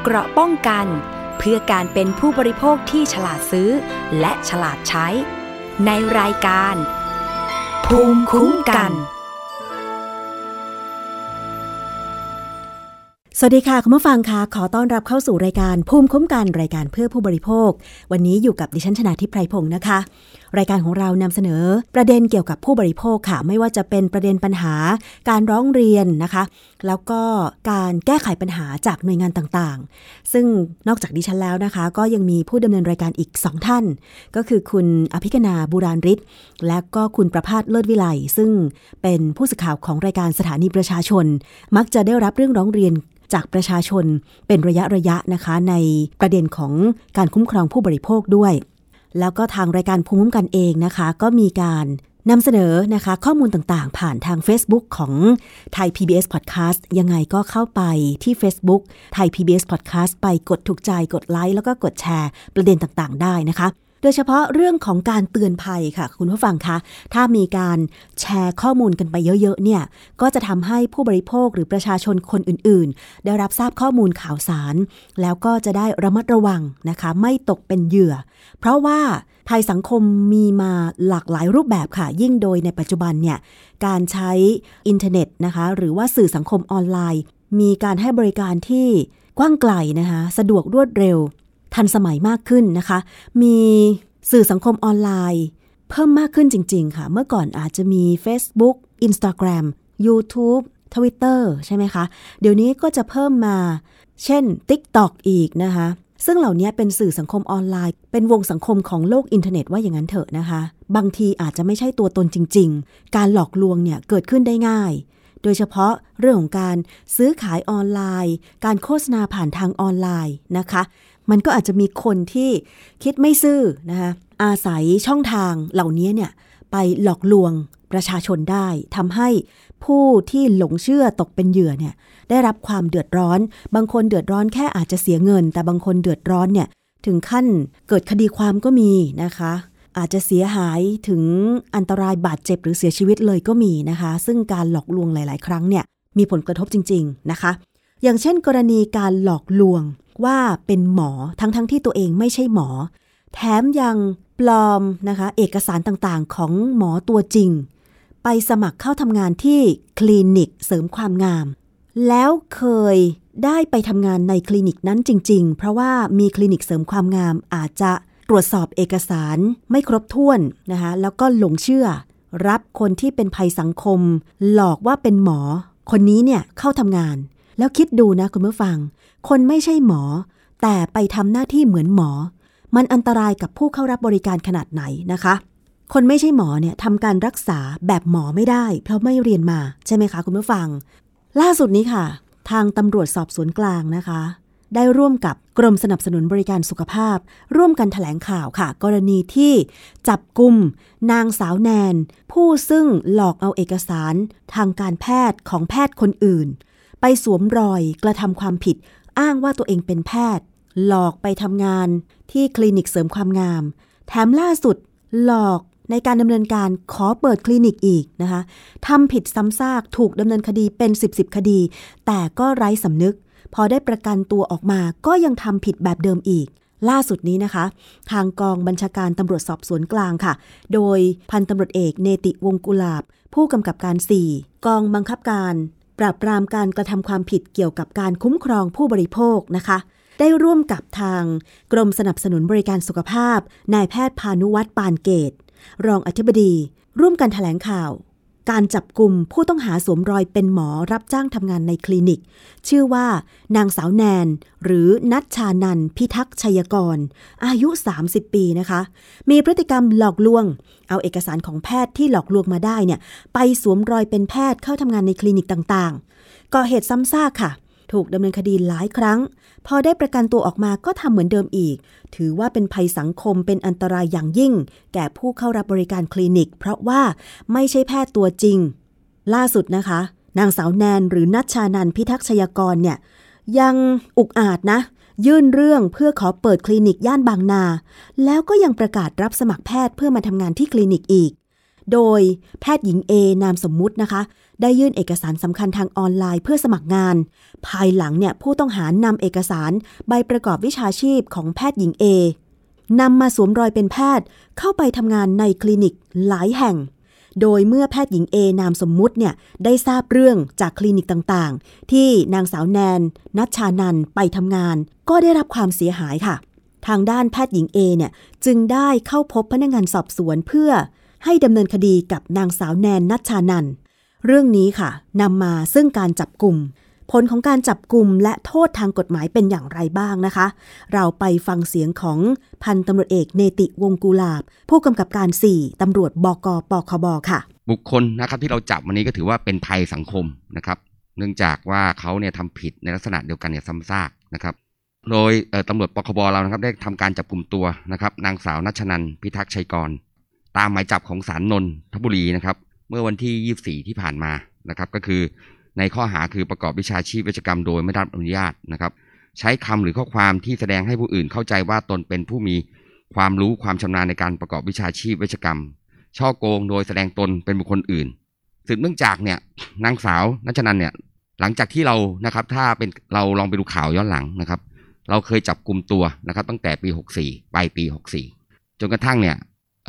เกราะป้องกันเพื่อการเป็นผู้บริโภคที่ฉลาดซื้อและฉลาดใช้ในรายการภูมิคุ้มกันสวัสดีค่ะคุณผู้ฟังค่ะขอต้อนรับเข้าสู่รายการภูมิคุ้มกันรายการเพื่อผู้บริโภควันนี้อยู่กับดิฉันชนาธิป ไพรพงศ์นะคะรายการของเรานำเสนอประเด็นเกี่ยวกับผู้บริโภคค่ะไม่ว่าจะเป็นประเด็นปัญหาการร้องเรียนนะคะแล้วก็การแก้ไขปัญหาจากหน่วยงานต่างๆซึ่งนอกจากดิฉันแล้วนะคะก็ยังมีผู้ดำเนินรายการอีก2ท่านก็คือคุณอภิคณาบุราริศและก็คุณประภาสเลิศวิไลซึ่งเป็นผู้สื่อข่าวของรายการสถานีประชาชนมักจะได้รับเรื่องร้องเรียนจากประชาชนเป็นระยะนะคะในประเด็นของการคุ้มครองผู้บริโภคด้วยแล้วก็ทางรายการภูมิคุ้มกันเองนะคะก็มีการนำเสนอนะคะข้อมูลต่างๆผ่านทาง Facebook ของไทย PBS Podcast ยังไงก็เข้าไปที่ Facebook ไทย PBS Podcast ไปกดถูกใจกดไลค์แล้วก็กดแชร์ประเด็นต่างๆได้นะคะโดยเฉพาะเรื่องของการเตือนภัยค่ะคุณผู้ฟังคะถ้ามีการแชร์ข้อมูลกันไปเยอะๆเนี่ยก็จะทำให้ผู้บริโภคหรือประชาชนคนอื่นๆได้รับทราบข้อมูลข่าวสารแล้วก็จะได้ระมัดระวังนะคะไม่ตกเป็นเหยื่อเพราะว่าภัยสังคมมีมาหลากหลายรูปแบบค่ะยิ่งโดยในปัจจุบันเนี่ยการใช้อินเทอร์เน็ตนะคะหรือว่าสื่อสังคมออนไลน์มีการให้บริการที่กว้างไกลนะคะสะดวกรวดเร็วทันสมัยมากขึ้นนะคะมีสื่อสังคมออนไลน์เพิ่มมากขึ้นจริงๆค่ะเมื่อก่อนอาจจะมี Facebook Instagram YouTube Twitter ใช่ไหมคะเดี๋ยวนี้ก็จะเพิ่มมาเช่น TikTok อีกนะคะซึ่งเหล่านี้เป็นสื่อสังคมออนไลน์เป็นวงสังคมของโลกอินเทอร์เน็ตว่าอย่างนั้นเถอะนะคะบางทีอาจจะไม่ใช่ตัวตนจริงๆการหลอกลวงเนี่ยเกิดขึ้นได้ง่ายโดยเฉพาะเรื่องของการซื้อขายออนไลน์การโฆษณาผ่านทางออนไลน์นะคะมันก็อาจจะมีคนที่คิดไม่ซื่อนะคะอาศัยช่องทางเหล่านี้เนี่ยไปหลอกลวงประชาชนได้ทำให้ผู้ที่หลงเชื่อตกเป็นเหยื่อเนี่ยได้รับความเดือดร้อนบางคนเดือดร้อนแค่อาจจะเสียเงินแต่บางคนเดือดร้อนเนี่ยถึงขั้นเกิดคดีความก็มีนะคะอาจจะเสียหายถึงอันตรายบาดเจ็บหรือเสียชีวิตเลยก็มีนะคะซึ่งการหลอกลวงหลายๆครั้งเนี่ยมีผลกระทบจริงๆนะคะอย่างเช่นกรณีการหลอกลวงว่าเป็นหมอทั้งที่ตัวเองไม่ใช่หมอแถมยังปลอมนะคะเอกสารต่างๆของหมอตัวจริงไปสมัครเข้าทำงานที่คลินิกเสริมความงามแล้วเคยได้ไปทำงานในคลินิกนั้นจริงๆเพราะว่ามีคลินิกเสริมความงามอาจจะตรวจสอบเอกสารไม่ครบถ้วนนะคะแล้วก็หลงเชื่อรับคนที่เป็นภัยสังคมหลอกว่าเป็นหมอคนนี้เนี่ยเข้าทำงานแล้วคิดดูนะคุณผู้ฟังคนไม่ใช่หมอแต่ไปทำหน้าที่เหมือนหมอมันอันตรายกับผู้เข้ารับบริการขนาดไหนนะคะคนไม่ใช่หมอเนี่ยทำการรักษาแบบหมอไม่ได้เพราะไม่เรียนมาใช่ไหมคะคุณผู้ฟังล่าสุดนี้ค่ะทางตำรวจสอบสวนกลางนะคะได้ร่วมกับกรมสนับสนุนบริการสุขภาพร่วมกันแถลงข่าวค่ะกรณีที่จับกุมนางสาวแนนผู้ซึ่งหลอกเอาเอกสารทางการแพทย์ของแพทย์คนอื่นไปสวมรอยกระทำความผิดอ้างว่าตัวเองเป็นแพทย์หลอกไปทำงานที่คลินิกเสริมความงามแถมล่าสุดหลอกในการดำเนินการขอเปิดคลินิกอีกนะคะทำผิดซ้ำซากถูกดำเนินคดีเป็น10 คดีแต่ก็ไร้สำนึกพอได้ประกันตัวออกมาก็ยังทำผิดแบบเดิมอีกล่าสุดนี้นะคะทางกองบัญชาการตำรวจสอบสวนกลางค่ะโดยพันตำรวจเอกเนติวงศ์กุลาภผู้กำกับการ4กองบังคับการปราบปรามการกระทำความผิดเกี่ยวกับการคุ้มครองผู้บริโภคนะคะได้ร่วมกับทางกรมสนับสนุนบริการสุขภาพนายแพทย์พานุวัฒน์ปานเกตรองอธิบดีร่วมกันแถลงข่าวการจับกุมผู้ต้องหาสวมรอยเป็นหมอรับจ้างทำงานในคลินิกชื่อว่านางสาวแนนหรือนัชชานันท์พิทักษ์ชัยกรอายุ30 ปีนะคะมีพฤติกรรมหลอกลวงเอาเอกสารของแพทย์ที่หลอกลวงมาได้เนี่ยไปสวมรอยเป็นแพทย์เข้าทำงานในคลินิกต่างๆก่อเหตุซ้ำซากค่ะถูกดำเนินคดีหลายครั้งพอได้ประกันตัวออกมาก็ทำเหมือนเดิมอีกถือว่าเป็นภัยสังคมเป็นอันตรายอย่างยิ่งแก่ผู้เข้ารับบริการคลินิกเพราะว่าไม่ใช่แพทย์ตัวจริงล่าสุดนะคะนางสาวแนนหรือนัชชานันท์พิทักษ์ชัยกรเนี่ยยังอุกอาจนะยื่นเรื่องเพื่อขอเปิดคลินิกย่านบางนาแล้วก็ยังประกาศรับสมัครแพทย์เพื่อมาทำงานที่คลินิกอีกโดยแพทย์หญิง A นามสมมุตินะคะได้ยื่นเอกสารสำคัญทางออนไลน์เพื่อสมัครงานภายหลังเนี่ยผู้ต้องหานำเอกสารใบประกอบวิชาชีพของแพทย์หญิง A นำมาสวมรอยเป็นแพทย์เข้าไปทำงานในคลินิกหลายแห่งโดยเมื่อแพทย์หญิง A นามสมมุติเนี่ยได้ทราบเรื่องจากคลินิกต่างๆที่นางสาวแนนณัชชานันท์ไปทำงานก็ได้รับความเสียหายค่ะทางด้านแพทย์หญิง A เนี่ยจึงได้เข้าพบพนักงานสอบสวนเพื่อให้ดำเนินคดีกับนางสาวแนนณัชชานันท์เรื่องนี้ค่ะนำมาซึ่งการจับกุมผลของการจับกุมและโทษทางกฎหมายเป็นอย่างไรบ้างนะคะเราไปฟังเสียงของพันตำรวจเอกเนติวงศ์กุลาภผู้กำกับการ4ตำรวจบก.ปคบ.ค่ะบุคคลนะครับที่เราจับวันนี้ก็ถือว่าเป็นภัยสังคมนะครับเนื่องจากว่าเขาเนี่ยทำผิดในลักษณะเดียวกันเนี่ยซ้ำซากนะครับโดยตำรวจปคบ.เรานะครับได้ทำการจับกุมตัวนะครับนางสาวณัชชานันท์พิทักษ์ชัยกรตามหมายจับของศาลนนทบุรีนะครับเมื่อวันที่24ที่ผ่านมานะครับก็คือในข้อหาคือประกอบวิชาชีพเวชกรรมโดยไม่ได้รับอนุญาตนะครับใช้คำหรือข้อความที่แสดงให้ผู้อื่นเข้าใจว่าตนเป็นผู้มีความรู้ความชำนาญในการประกอบวิชาชีพเวชกรรมช่อโกงโดยแสดงตนเป็นบุคคลอื่นสืบเนื่องจากเนี่ยนางสาวณัชชานันท์เนี่ยหลังจากที่เรานะครับถ้าเป็นเราลองไปดูข่าวย้อนหลังนะครับเราเคยจับกุมตัวนะครับตั้งแต่ปี64ปลายปี64จนกระทั่งเนี่ย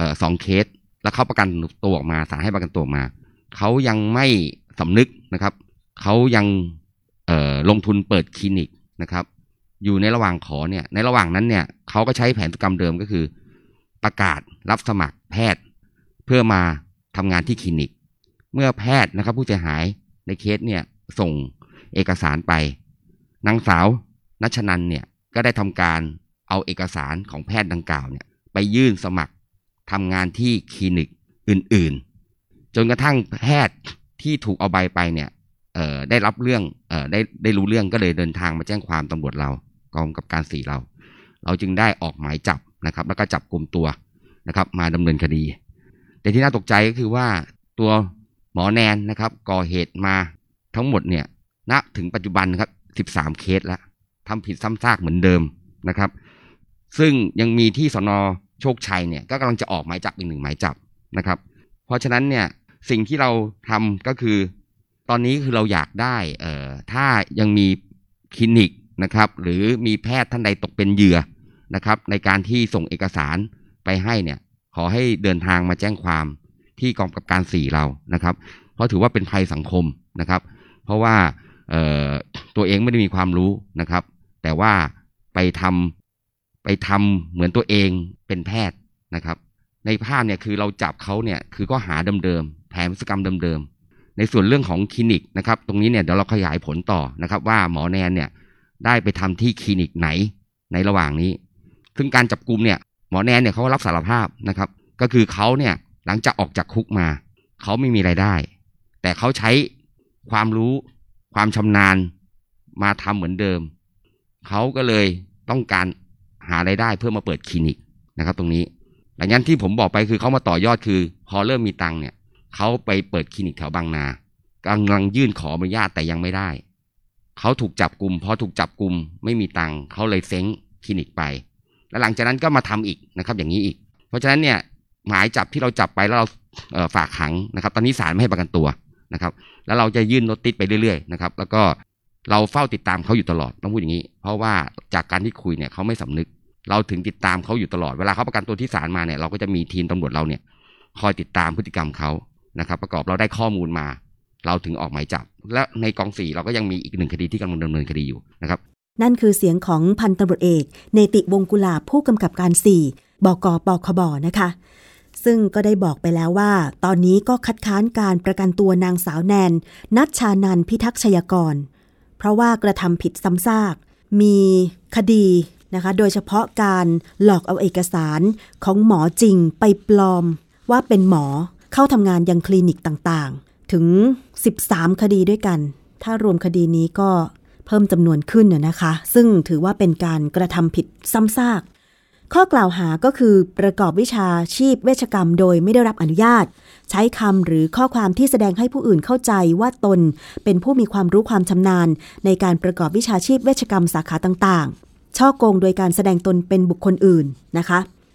2 เคสแล้วเขาประกันตัวออกมาศาลให้ประกันตัวออกมาเขายังไม่สำนึกนะครับเขายังลงทุนเปิดคลินิกนะครับอยู่ในระหว่างขอเนี่ยในระหว่างนั้นเนี่ยเขาก็ใช้แผนธุรกรรมเดิมก็คือประกาศรับสมัครแพทย์เพื่อมาทำงานที่คลินิกเมื่อแพทย์นะครับผู้เสียหายในเคสเนี่ยส่งเอกสารไปนางสาวณัชชานันท์เนี่ยก็ได้ทำการเอาเอกสารของแพทย์ดังกล่าวเนี่ยไปยื่นสมัครทำงานที่คลินิกอื่นๆจนกระทั่งแพทย์ที่ถูกเอาใบไปเนี่ยได้รับเรื่องได้รู้เรื่องก็เลยเดินทางมาแจ้งความตำรวจเรากองกำกับการ4เราจึงได้ออกหมายจับนะครับแล้วก็จับกุมตัวนะครับมาดำเนินคดีแต่ที่น่าตกใจก็คือว่าตัวหมอแนนนะครับก่อเหตุมาทั้งหมดเนี่ยณถึงปัจจุบันนะครับ13 เคสแล้วทำผิดซ้ำซากเหมือนเดิมนะครับซึ่งยังมีที่สน.โชคชัยเนี่ยก็กำลังจะออกหมายจับอีก1 หมายจับนะครับเพราะฉะนั้นเนี่ยสิ่งที่เราทำก็คือตอนนี้คือเราอยากได้ถ้ายังมีคลินิกนะครับหรือมีแพทย์ท่านใดตกเป็นเหยื่อนะครับในการที่ส่งเอกสารไปให้เนี่ยขอให้เดินทางมาแจ้งความที่กองกำกับการ4เรานะครับเพราะถือว่าเป็นภัยสังคมนะครับเพราะว่าตัวเองไม่ได้มีความรู้นะครับแต่ว่าไปทำเหมือนตัวเองเป็นแพทย์นะครับในภาพเนี่ยคือเราจับเขาเนี่ยคือข้อหาเดิมๆแผนพฤติกรรมเดิมๆในส่วนเรื่องของคลินิกนะครับตรงนี้เนี่ยเดี๋ยวเราขยายผลต่อนะครับว่าหมอแนนเนี่ยได้ไปทำที่คลินิกไหนในระหว่างนี้ซึ่งการจับกุมเนี่ยหมอแนนเนี่ยเขาก็รับสารภาพนะครับก็คือเขาเนี่ยหลังจากออกจากคุกมาเขาไม่มีรายได้แต่เขาใช้ความรู้ความชำนาญมาทำเหมือนเดิมเขาก็เลยต้องการหารายได้เพื่อมาเปิดคลินิกนะครับตรงนี้หลังจากที่ผมบอกไปคือเขามาต่อยอดคือพอเริ่มมีตังค์เนี่ยเขาไปเปิดคลินิกแถวบางนากำลังยื่นขออนุญาตแต่ยังไม่ได้เขาถูกจับกุมพอถูกจับกุมไม่มีตังค์เขาเลยเซ้งคลินิกไปแล้วหลังจากนั้นก็มาทำอีกนะครับอย่างนี้อีกเพราะฉะนั้นเนี่ยหมายจับที่เราจับไปแล้วเราฝากขังนะครับตอนนี้ศาลไม่ให้ประกันตัวนะครับแล้วเราจะยื่นโนติสไปเรื่อยๆนะครับแล้วก็เราเฝ้าติดตามเขาอยู่ตลอดต้องพูดอย่างนี้เพราะว่าจากการที่คุยเนี่ยเขาไม่สำนึกเราถึงติดตามเขาอยู่ตลอดเวลาเขาประกันตัวที่ศาลมาเนี่ยเราก็จะมีทีมตำรวจเราเนี่ยคอยติดตามพฤติกรรมเขานะครับประกอบเราได้ข้อมูลมาเราถึงออกหมายจับและในกอง4เราก็ยังมีอีก1 คดีที่กำลังดำเนินคดีอยู่นะครับนั่นคือเสียงของพันตำรวจเอกเนติวงศ์กุลาภผู้กำกับการ4บก.ปคบ.นะคะซึ่งก็ได้บอกไปแล้วว่าตอนนี้ก็คัดค้านการประกันตัวนางสาวแนนณัชชานันท์พิทักษ์ชัยกรเพราะว่ากระทำผิดซ้ำซากมีคดีนะคะโดยเฉพาะการหลอกเอาเอกสารของหมอจริงไปปลอมว่าเป็นหมอเข้าทำงานยังคลินิกต่างๆถึง13 คดีด้วยกันถ้ารวมคดีนี้ก็เพิ่มจำนวนขึ้นนะคะซึ่งถือว่าเป็นการกระทำผิดซ้ำซากข้อกล่าวหาก็คือประกอบวิชาชีพเวชกรรมโดยไม่ได้รับอนุญาตใช้คำหรือข้อความที่แสดงให้ผู้อื่นเข้าใจว่าตนเป็นผู้มีความรู้ความชำนาญในการประกอบวิชาชีพเวชกรรมสาขาต่างๆช่อโกงโดยการแสดงตนเป็นบุคคลอื่นนะคะ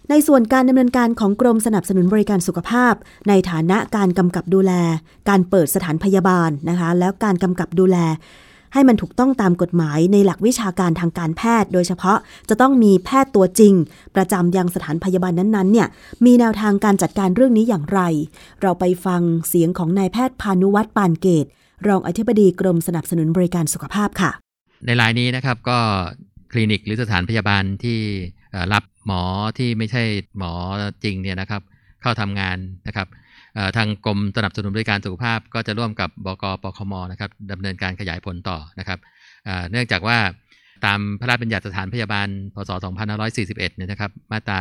ในส่วนการดำเนินการของกรมสนับสนุนบริการสุขภาพในฐานะการกำกับดูแลการเปิดสถานพยาบาลนะคะแล้วการกำกับดูแลให้มันถูกต้องตามกฎหมายในหลักวิชาการทางการแพทย์โดยเฉพาะจะต้องมีแพทย์ตัวจริงประจำยังสถานพยาบาลนั้นๆเนี่ยมีแนวทางการจัดการเรื่องนี้อย่างไรเราไปฟังเสียงของนายแพทย์พานุวัฒน์ปานเกตรองอธิบดีกรมสนับสนุนบริการสุขภาพค่ะในรายนี้นะครับก็คลินิกหรือสถานพยาบาลที่รับหมอที่ไม่ใช่หมอจริงเนี่ยนะครับเข้าทำงานนะครับทางกรมสนับสนุนบริการสุขภาพก็จะร่วมกับบก.ปคม.นะครับดำเนินการขยายผลต่อนะครับเนื่องจากว่าตามพระราชบัญญัติสถานพยาบาลพ.ศ. 2541เนี่ยนะครับมาตรา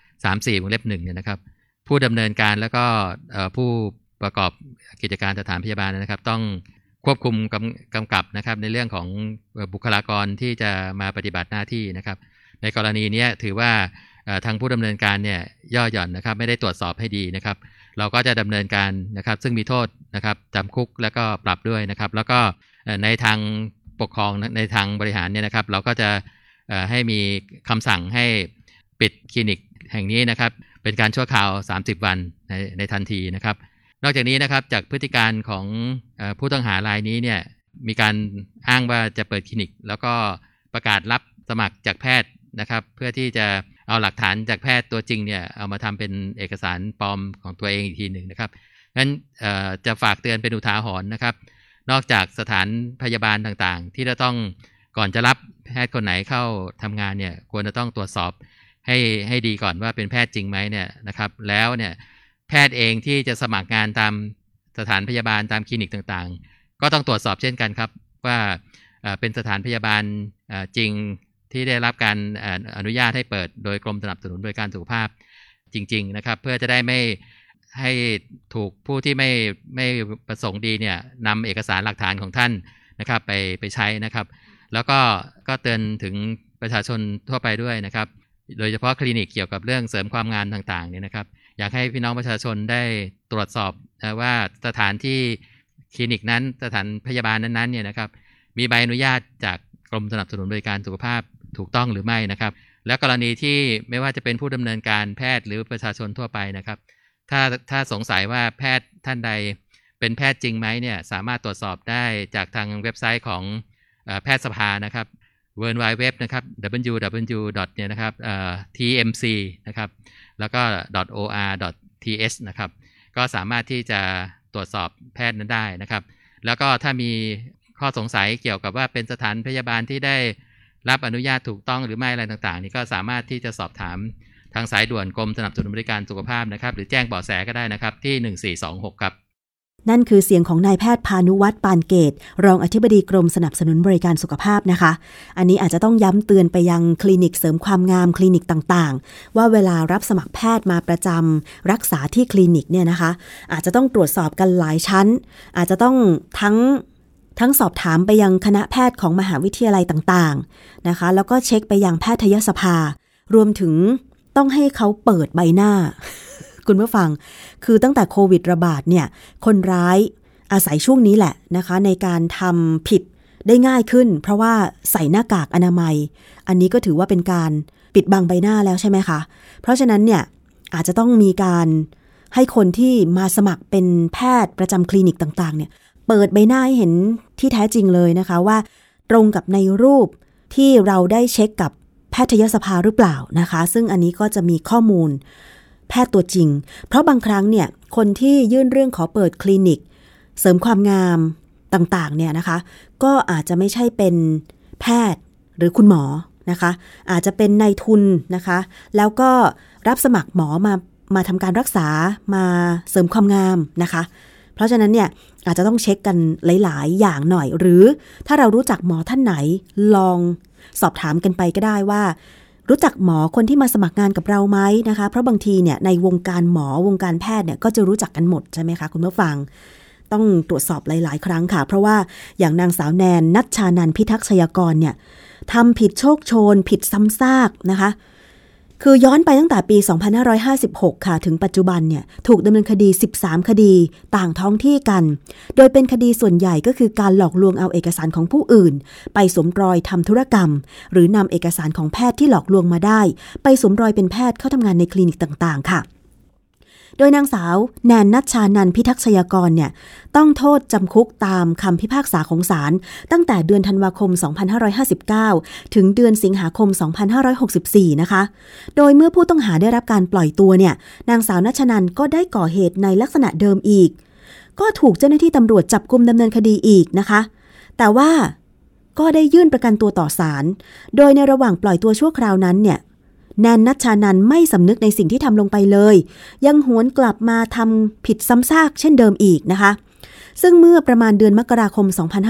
34 วงเล็บ 1เนี่ยนะครับผู้ดำเนินการแล้วก็ผู้ประกอบกิจการสถานพยาบาลนะครับต้องควบคุมกำกับนะครับในเรื่องของบุคลากรที่จะมาปฏิบัติหน้าที่นะครับในกรณีนี้ถือว่าทางผู้ดำเนินการเนี่ยย่อหย่อนนะครับไม่ได้ตรวจสอบให้ดีนะครับเราก็จะดำเนินการนะครับซึ่งมีโทษนะครับจำคุกแล้วก็ปรับด้วยนะครับแล้วก็ในทางปกครองในทางบริหารเนี่ยนะครับเราก็จะให้มีคำสั่งให้ปิดคลินิกแห่งนี้นะครับเป็นการชั่วคราว30 วันในทันทีนะครับนอกจากนี้นะครับจากพฤติการของผู้ต้องหารายนี้เนี่ยมีการอ้างว่าจะเปิดคลินิกแล้วก็ประกาศรับสมัครจากแพทย์นะครับเพื่อที่จะเอาหลักฐานจากแพทย์ตัวจริงเนี่ยเอามาทำเป็นเอกสารปลอมของตัวเองอีกทีหนึ่งนะครับงั้นจะฝากเตือนเป็นอุทาหรณ์นะครับนอกจากสถานพยาบาลต่างๆที่จะต้องก่อนจะรับแพทย์คนไหนเข้าทำงานเนี่ยควรจะต้องตรวจสอบให้ดีก่อนว่าเป็นแพทย์จริงไหมเนี่ยนะครับแล้วเนี่ยแพทย์เองที่จะสมัครงานตามสถานพยาบาลตามคลินิกต่างๆก็ต้องตรวจสอบเช่นกันครับว่าเป็นสถานพยาบาลจริงที่ได้รับการอนุญาตให้เปิดโดยกรมสนับสนุนบริการสุขภาพจริงๆนะครับเพื่อจะได้ไม่ให้ถูกผู้ที่ไม่ประสงค์ดีเนี่ยนำเอกสารหลักฐานของท่านนะครับไปใช้นะครับแล้วก็เตือนถึงประชาชนทั่วไปด้วยนะครับโดยเฉพาะคลินิกเกี่ยวกับเรื่องเสริมความงามต่างๆเนี่ยนะครับอยากให้พี่น้องประชาชนได้ตรวจสอบว่าสถานที่คลินิกนั้นสถานพยาบาลนั้นๆเนี่ยนะครับมีใบอนุญาตจากกรมสนับสนุนบริการสุขภาพถูกต้องหรือไม่นะครับและกรณีที่ไม่ว่าจะเป็นผู้ดำเนินการแพทย์หรือประชาชนทั่วไปนะครับถ้าสงสัยว่าแพทย์ท่านใดเป็นแพทย์จริงไหมเนี่ยสามารถตรวจสอบได้จากทางเว็บไซต์ของแพทยสภานะครับ www นะครับ www. เนี่ยนะครับtmc นะครับแล้วก็ .or.th นะครับก็สามารถที่จะตรวจสอบแพทย์นั้นได้นะครับแล้วก็ถ้ามีข้อสงสัยเกี่ยวกับว่าเป็นสถานพยาบาลที่ได้รับอนุญาตถูกต้องหรือไม่อะไรต่างๆนี่ก็สามารถที่จะสอบถามทางสายด่วนกรมสนับสนุนบริการสุขภาพนะครับหรือแจ้งเบาะแสก็ได้นะครับที่1426ครับนั่นคือเสียงของนายแพทย์พานุวัฒน์ปานเกตรองอธิบดีกรมสนับสนุนบริการสุขภาพนะคะอันนี้อาจจะต้องย้ำเตือนไปยังคลินิกเสริมความงามคลินิกต่างๆว่าเวลารับสมัครแพทย์มาประจำรักษาที่คลินิกเนี่ยนะคะอาจจะต้องตรวจสอบกันหลายชั้นอาจจะต้องทั้งสอบถามไปยังคณะแพทย์ของมหาวิทยาลัยต่างๆนะคะแล้วก็เช็คไปยังแพทยสภารวมถึงต้องให้เขาเปิดใบหน้า คุณผู้ฟังคือตั้งแต่โควิดระบาดเนี่ยคนร้ายอาศัยช่วงนี้แหละนะคะในการทำผิดได้ง่ายขึ้นเพราะว่าใส่หน้ากากอนามัยอันนี้ก็ถือว่าเป็นการปิดบังใบหน้าแล้วใช่ไหมคะเพราะฉะนั้นเนี่ยอาจจะต้องมีการให้คนที่มาสมัครเป็นแพทย์ประจำคลินิกต่างๆเนี่ยเปิดใบหน้าให้เห็นที่แท้จริงเลยนะคะว่าตรงกับในรูปที่เราได้เช็คกับแพทยสภาหรือเปล่านะคะซึ่งอันนี้ก็จะมีข้อมูลแพทย์ตัวจริงเพราะบางครั้งเนี่ยคนที่ยื่นเรื่องขอเปิดคลินิกเสริมความงามต่างๆเนี่ยนะคะก็อาจจะไม่ใช่เป็นแพทย์หรือคุณหมอนะคะอาจจะเป็นนายทุนนะคะแล้วก็รับสมัครหมอมาทำการรักษามาเสริมความงามนะคะเพราะฉะนั้นเนี่ยอาจจะต้องเช็คกันหลายๆอย่างหน่อยหรือถ้าเรารู้จักหมอท่านไหนลองสอบถามกันไปก็ได้ว่ารู้จักหมอคนที่มาสมัครงานกับเราไหมนะคะเพราะบางทีเนี่ยในวงการหมอวงการแพทย์เนี่ยก็จะรู้จักกันหมดใช่ไหมคะคุณผู้ฟังต้องตรวจสอบหลายๆครั้งค่ะเพราะว่าอย่างนางสาวแนน ณัชชานันท์ พิทักษ์ชัยกรเนี่ยทำผิดโชคโชนผิดซ้ำซากนะคะคือย้อนไปตั้งแต่ปี 2556 ค่ะถึงปัจจุบันเนี่ยถูกดำเนินคดี 13 คดีต่างท้องที่กัน โดยเป็นคดีส่วนใหญ่ก็คือการหลอกลวงเอาเอกสารของผู้อื่นไปสวมรอยทำธุรกรรมหรือนำเอกสารของแพทย์ที่หลอกลวงมาได้ไปสวมรอยเป็นแพทย์เข้าทำงานในคลินิกต่างๆค่ะโดยนางสาวแนนณัชชานันท์พิทักษยากรเนี่ยต้องโทษจำคุกตามคำพิพากษาของศาลตั้งแต่เดือนธันวาคม 2559 ถึงเดือนสิงหาคม 2564 นะคะโดยเมื่อผู้ต้องหาได้รับการปล่อยตัวเนี่ยนางสาวณัชชานันท์ก็ได้ก่อเหตุในลักษณะเดิมอีกก็ถูกเจ้าหน้าที่ตำรวจจับกุมดำเนินคดีอีกนะคะแต่ว่าก็ได้ยื่นประกันตัวต่อศาลโดยในระหว่างปล่อยตัวชั่วคราวนั้นเนี่ยแนนณัชชานันท์ไม่สำนึกในสิ่งที่ทำลงไปเลยยังหวนกลับมาทำผิดซ้ำซากเช่นเดิมอีกนะคะซึ่งเมื่อประมาณเดือนมกราคม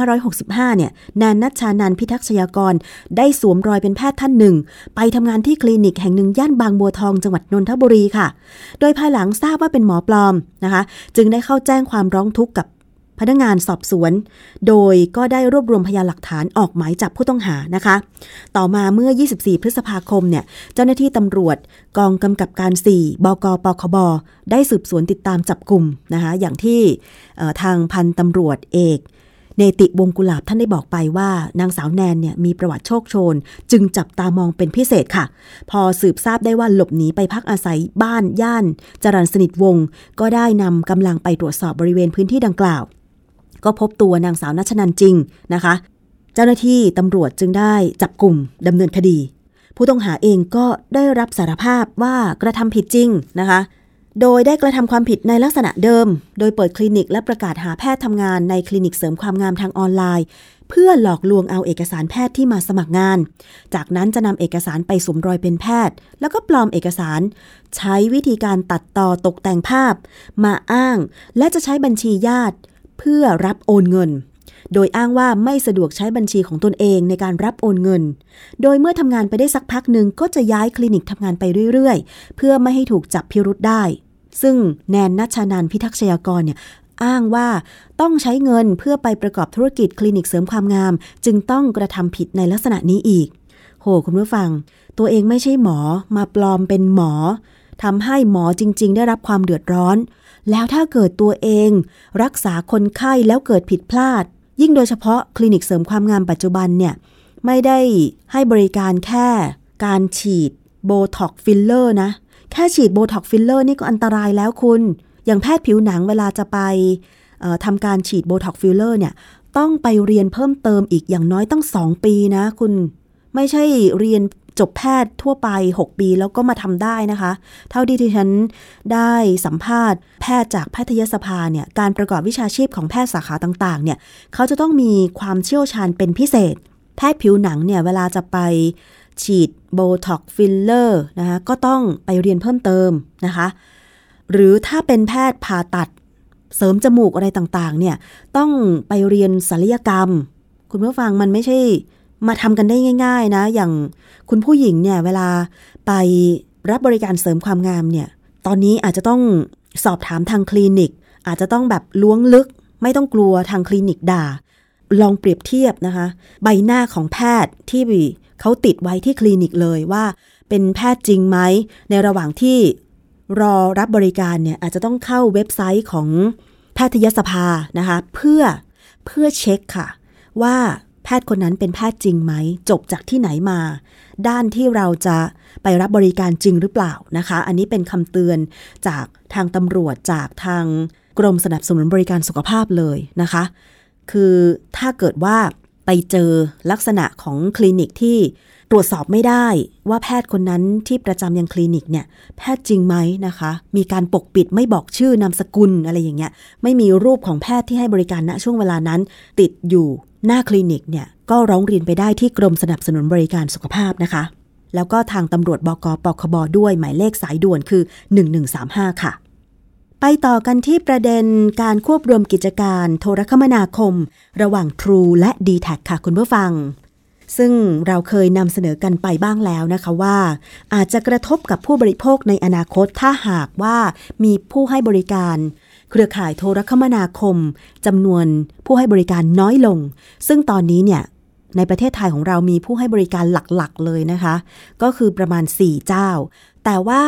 2565 เนี่ยแนนณัชชานันท์พิทักษยากรได้สวมรอยเป็นแพทย์ท่านหนึ่งไปทำงานที่คลินิกแห่งหนึ่งย่านบางบัวทองจังหวัดนนทบุรีค่ะโดยภายหลังทราบว่าเป็นหมอปลอมนะคะจึงได้เข้าแจ้งความร้องทุกข์กับพนักงานสอบสวนโดยก็ได้รวบรวมพยานหลักฐานออกหมายจับผู้ต้องหานะคะต่อมาเมื่อ 24 พฤษภาคมเนี่ยเจ้าหน้าที่ตำรวจกองกำกับการ 4 บก.ปคบ.ได้สืบสวนติดตามจับกุมนะคะอย่างที่ทางพันตำรวจเอกเนติวงศ์กุหลาบท่านได้บอกไปว่านางสาวแนนเนี่ยมีประวัติโชคโชนจึงจับตามองเป็นพิเศษค่ะพอสืบทราบได้ว่าหลบหนีไปพักอาศัยบ้านย่านจรัญสนิทวงศ์ก็ได้นำกำลังไปตรวจสอบบริเวณพื้นที่ดังกล่าวก็พบตัวนางสาวณัชชานันท์จริงนะคะเจ้าหน้าที่ตำรวจจึงได้จับกุมดำเนินคดีผู้ต้องหาเองก็ได้รับสารภาพว่ากระทำผิดจริงนะคะโดยได้กระทำความผิดในลักษณะเดิมโดยเปิดคลินิกและประกาศหาแพทย์ทำงานในคลินิกเสริมความงามทางออนไลน์เพื่อหลอกลวงเอาเอกสารแพทย์ที่มาสมัครงานจากนั้นจะนำเอกสารไปสวมรอยเป็นแพทย์แล้วก็ปลอมเอกสารใช้วิธีการตัดต่อตกแต่งภาพมาอ้างและจะใช้บัญชีญาติเพื่อรับโอนเงินโดยอ้างว่าไม่สะดวกใช้บัญชีของตนเองในการรับโอนเงินโดยเมื่อทำงานไปได้สักพักหนึ่งก็จะย้ายคลินิกทำงานไปเรื่อยๆเพื่อไม่ให้ถูกจับพิรุธได้ซึ่งแนนณัชชานันท์พิทักษยากรเนี่ยอ้างว่าต้องใช้เงินเพื่อไปประกอบธุรกิจคลินิกเสริมความงามจึงต้องกระทำผิดในลักษณะนี้อีกโหคุณผู้ฟังตัวเองไม่ใช่หมอมาปลอมเป็นหมอทำให้หมอจริงๆได้รับความเดือดร้อนแล้วถ้าเกิดตัวเองรักษาคนไข้แล้วเกิดผิดพลาดยิ่งโดยเฉพาะคลินิกเสริมความงามปัจจุบันเนี่ยไม่ได้ให้บริการแค่การฉีดโบท็อกซ์ฟิลเลอร์นะแค่ฉีดโบท็อกซ์ฟิลเลอร์นี่ก็อันตรายแล้วคุณอย่างแพทย์ผิวหนังเวลาจะไปทำการฉีดโบท็อกซ์ฟิลเลอร์เนี่ยต้องไปเรียนเพิ่มเติมอีกอย่างน้อยต้อง2 ปีนะคุณไม่ใช่เรียนจบแพทย์ทั่วไป6 ปีแล้วก็มาทำได้นะคะเท่าที่ฉันได้สัมภาษณ์แพทย์จากแพทยสภาเนี่ยการประกอบวิชาชีพของแพทย์สาขาต่างๆเนี่ยเขาจะต้องมีความเชี่ยวชาญเป็นพิเศษแพทย์ผิวหนังเนี่ยเวลาจะไปฉีดโบท็อกซ์ฟิลเลอร์นะคะก็ต้องไปเรียนเพิ่มเติมนะคะหรือถ้าเป็นแพทย์ผ่าตัดเสริมจมูกอะไรต่างๆเนี่ยต้องไปเรียนศัลยกรรมคุณผู้ฟังมันไม่ใช่มาทำกันได้ง่ายๆนะอย่างคุณผู้หญิงเนี่ยเวลาไปรับบริการเสริมความงามเนี่ยตอนนี้อาจจะต้องสอบถามทางคลินิกอาจจะต้องแบบล้วงลึกไม่ต้องกลัวทางคลินิกด่าลองเปรียบเทียบนะคะใบหน้าของแพทย์ที่เขาติดไว้ที่คลินิกเลยว่าเป็นแพทย์จริงไหมในระหว่างที่รอรับบริการเนี่ยอาจจะต้องเข้าเว็บไซต์ของแพทยสภานะคะเพื่อเช็คค่ะว่าแพทย์คนนั้นเป็นแพทย์จริงไหมจบจากที่ไหนมาด้านที่เราจะไปรับบริการจริงหรือเปล่านะคะอันนี้เป็นคำเตือนจากทางตำรวจจากทางกรมสนับสนุนบริการสุขภาพเลยนะคะคือถ้าเกิดว่าไปเจอลักษณะของคลินิกที่ตรวจสอบไม่ได้ว่าแพทย์คนนั้นที่ประจำยังคลินิกเนี่ยแพทย์จริงไหมนะคะมีการปกปิดไม่บอกชื่อนามสกุลอะไรอย่างเงี้ยไม่มีรูปของแพทย์ที่ให้บริการณช่วงเวลานั้นติดอยู่หน้าคลินิกเนี่ยก็ร้องเรียนไปได้ที่กรมสนับสนุนบริการสุขภาพนะคะแล้วก็ทางตำรวจบก.ปคบ.ด้วยหมายเลขสายด่วนคือ1135ค่ะไปต่อกันที่ประเด็นการควบรวมกิจการโทรคมนาคมระหว่าง True และ D-Tag ค่ะคุณผู้ฟังซึ่งเราเคยนำเสนอกันไปบ้างแล้วนะคะว่าอาจจะกระทบกับผู้บริโภคในอนาคตถ้าหากว่ามีผู้ให้บริการเครือข่ายโทรคมนาคมจำนวนผู้ให้บริการน้อยลงซึ่งตอนนี้เนี่ยในประเทศไทยของเรามีผู้ให้บริการหลักๆเลยนะคะก็คือประมาณ4เจ้าแต่ว่า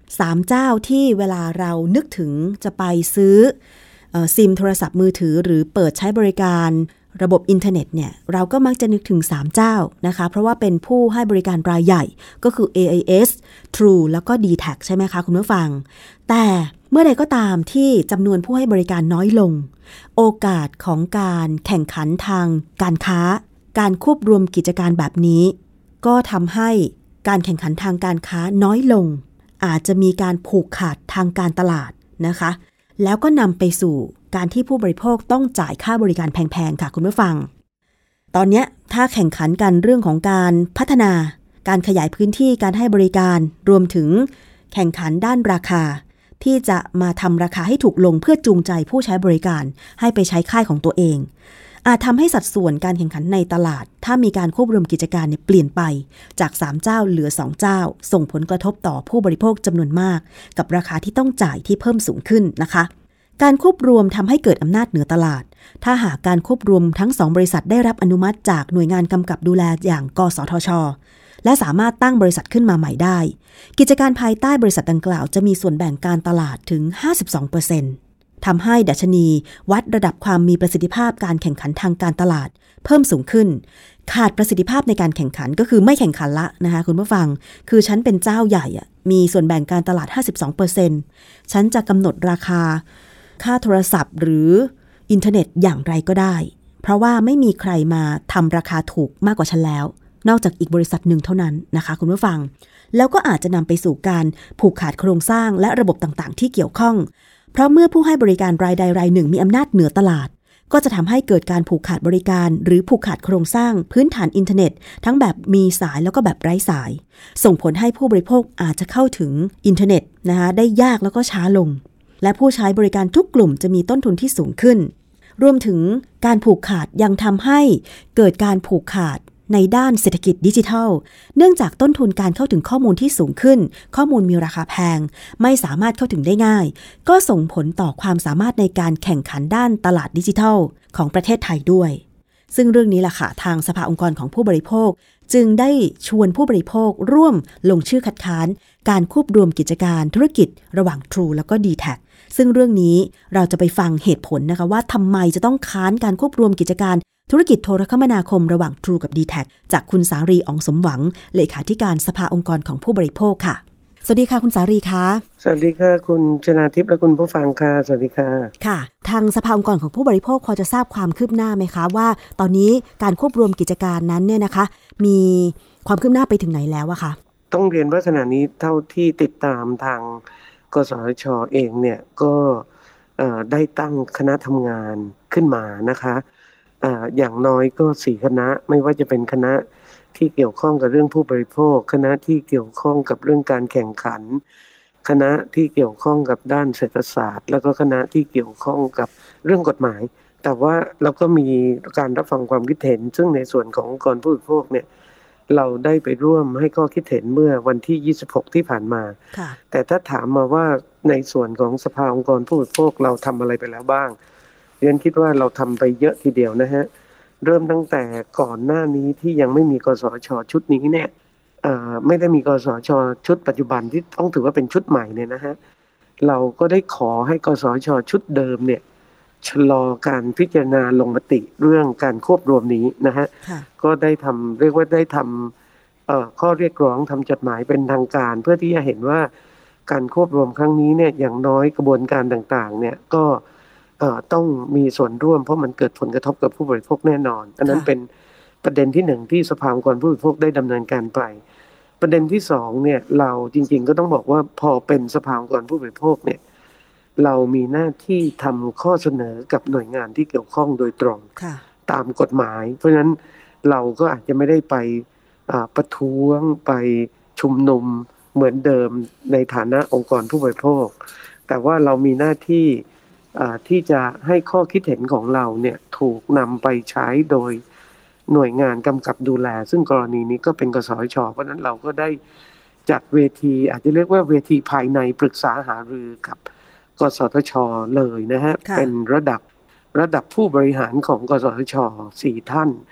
3เจ้าที่เวลาเรานึกถึงจะไปซื้อซิมโทรศัพท์มือถือหรือเปิดใช้บริการระบบอินเทอร์เน็ตเนี่ยเราก็มักจะนึกถึง3เจ้านะคะเพราะว่าเป็นผู้ให้บริการรายใหญ่ก็คือ AIS True แล้วก็ DTAC ใช่ไหมคะคุณผู้ฟังแต่เมื่อใดก็ตามที่จำนวนผู้ให้บริการน้อยลงโอกาสของการแข่งขันทางการค้าการควบรวมกิจการแบบนี้ก็ทำให้การแข่งขันทางการค้าน้อยลงอาจจะมีการผูกขาดทางการตลาดนะคะแล้วก็นำไปสู่การที่ผู้บริโภคต้องจ่ายค่าบริการแพงๆค่ะคุณผู้ฟังตอนนี้ถ้าแข่งขันกันเรื่องของการพัฒนาการขยายพื้นที่การให้บริการรวมถึงแข่งขันด้านราคาที่จะมาทำราคาให้ถูกลงเพื่อจูงใจผู้ใช้บริการให้ไปใช้ค่ายของตัวเองอาจทำให้สัดส่วนการแข่งขันในตลาดถ้ามีการควบรวมกิจการเปลี่ยนไปจาก3เจ้าเหลือ2เจ้าส่งผลกระทบต่อผู้บริโภคจำนวนมากกับราคาที่ต้องจ่ายที่เพิ่มสูงขึ้นนะคะการควบรวมทำให้เกิดอำนาจเหนือตลาดถ้าหากการควบรวมทั้ง2บริษัทได้รับอนุมัติจากหน่วยงานกำกับดูแลอย่างกสทช.และสามารถตั้งบริษัทขึ้นมาใหม่ได้กิจการภายใต้บริษัทดังกล่าวจะมีส่วนแบ่งการตลาดถึง 52%ทำให้ดัชนีวัดระดับความมีประสิทธิภาพการแข่งขันทางการตลาดเพิ่มสูงขึ้นขาดประสิทธิภาพในการแข่งขันก็คือไม่แข่งขันละนะคะคุณผู้ฟังคือฉันเป็นเจ้าใหญ่มีส่วนแบ่งการตลาด 52% ฉันจะกำหนดราคาค่าโทรศัพท์หรืออินเทอร์เน็ตอย่างไรก็ได้เพราะว่าไม่มีใครมาทำราคาถูกมากกว่าฉันแล้วนอกจากอีกบริษัทหนึ่งเท่านั้นนะคะคุณผู้ฟังแล้วก็อาจจะนำไปสู่การผูกขาดโครงสร้างและระบบต่างๆที่เกี่ยวข้องเพราะเมื่อผู้ให้บริการรายใดรายหนึ่งมีอำนาจเหนือตลาดก็จะทำให้เกิดการผูกขาดบริการหรือผูกขาดโครงสร้างพื้นฐานอินเทอร์เน็ตทั้งแบบมีสายแล้วก็แบบไร้สายส่งผลให้ผู้บริโภคอาจจะเข้าถึงอินเทอร์เน็ตนะคะได้ยากแล้วก็ช้าลงและผู้ใช้บริการทุกกลุ่มจะมีต้นทุนที่สูงขึ้นรวมถึงการผูกขาดยังทำให้เกิดการผูกขาดในด้านเศรษฐกิจดิจิทัลเนื่องจากต้นทุนการเข้าถึงข้อมูลที่สูงขึ้นข้อมูลมีราคาแพงไม่สามารถเข้าถึงได้ง่ายก็ส่งผลต่อความสามารถในการแข่งขันด้านตลาดดิจิทัลของประเทศไทยด้วยซึ่งเรื่องนี้ล่ะค่ะทางสภาองค์กรของผู้บริโภคจึงได้ชวนผู้บริโภคร่วมลงชื่อคัดค้านการควบรวมกิจการธุรกิจระหว่าง True แล้วก็ DTAC ซึ่งเรื่องนี้เราจะไปฟังเหตุผลนะคะว่าทำไมจะต้องค้านการควบรวมกิจการธุรกิจโทรคมนาคมระหว่าง True กับ DTAC จากคุณสารีอ๋องสมหวังเลขาธิการสภาองค์กรของผู้บริโภคค่ะสวัสดีค่ะคุณสารีคะสวัสดีค่ะคุณชนาทิพย์และคุณผู้ฟังค่ะสวัสดีค่ะค่ะทางสภาองค์กรของผู้บริโภคพอจะทราบความคืบหน้าไหมคะว่าตอนนี้การควบรวมกิจการนั้นเนี่ยนะคะมีความคืบหน้าไปถึงไหนแล้วอะคะต้องเรียนว่าขณะนี้เท่าที่ติดตามทางกสทช.เองเนี่ยก็ได้ตั้งคณะทำงานขึ้นมานะคะอย่างน้อยก็4คณะไม่ว่าจะเป็นคณะที่เกี่ยวข้องกับเรื่องผู้บริโภคคณะที่เกี่ยวข้องกับเรื่องการแข่งขันคณะที่เกี่ยวข้องกับด้านเศรษฐศาสตร์แล้วก็คณะที่เกี่ยวข้องกับเรื่องกฎหมายแต่ว่าเราก็มีการรับฟังความคิดเห็นซึ่งในส่วนขององค์กรผู้บริโภคเนี่ยเราได้ไปร่วมให้ข้อคิดเห็นเมื่อวันที่26ที่ผ่านมาแต่ถ้าถามมาว่าในส่วนของสภาองค์กรผู้บริโภคเราทำอะไรไปแล้วบ้างเรียนคิดว่าเราทำไปเยอะทีเดียวนะฮะเริ่มตั้งแต่ก่อนหน้านี้ที่ยังไม่มีกสทช.ชุดนี้เนี่ยไม่ได้มีกสทช.ชุดปัจจุบันที่ต้องถือว่าเป็นชุดใหม่เนี่ยนะฮะเราก็ได้ขอให้กสทช.ชุดเดิมเนี่ยชะลอการพิจารณาลงมติเรื่องการควบรวมนี้นะฮะก็ได้ทำเรียกว่าได้ทำข้อเรียกร้องทำจดหมายเป็นทางการเพื่อที่จะเห็นว่าการควบรวมครั้งนี้เนี่ยอย่างน้อยกระบวนการต่างๆเนี่ยก็ต้องมีส่วนร่วมเพราะมันเกิดผลกระทบกับผู้บริโภคแน่นอนอันนั้นเป็นประเด็นที่1ที่สภาองค์กรผู้บริโภคได้ดำเนินการไปประเด็นที่2เนี่ยเราจริงๆก็ต้องบอกว่าพอเป็นสภาองค์กรผู้บริโภคเนี่ยเรามีหน้าที่ทำข้อเสนอกับหน่วยงานที่เกี่ยวข้องโดยตรงตามกฎหมายเพราะฉะนั้นเราก็อาจจะไม่ได้ไปประท้วงไปชุมนุมเหมือนเดิมในฐานะองค์กรผู้บริโภคแต่ว่าเรามีหน้าที่ที่จะให้ข้อคิดเห็นของเราเนี่ยถูกนำไปใช้โดยหน่วยงานกำกับดูแลซึ่งกรณีนี้ก็เป็นกสทช.เพราะนั้นเราก็ได้จัดเวทีอาจจะเรียกว่าเวทีภายในปรึกษาหารือกับกสทช.เลยนะฮะเป็นระดับผู้บริหารของกสทช. 4 ท่าน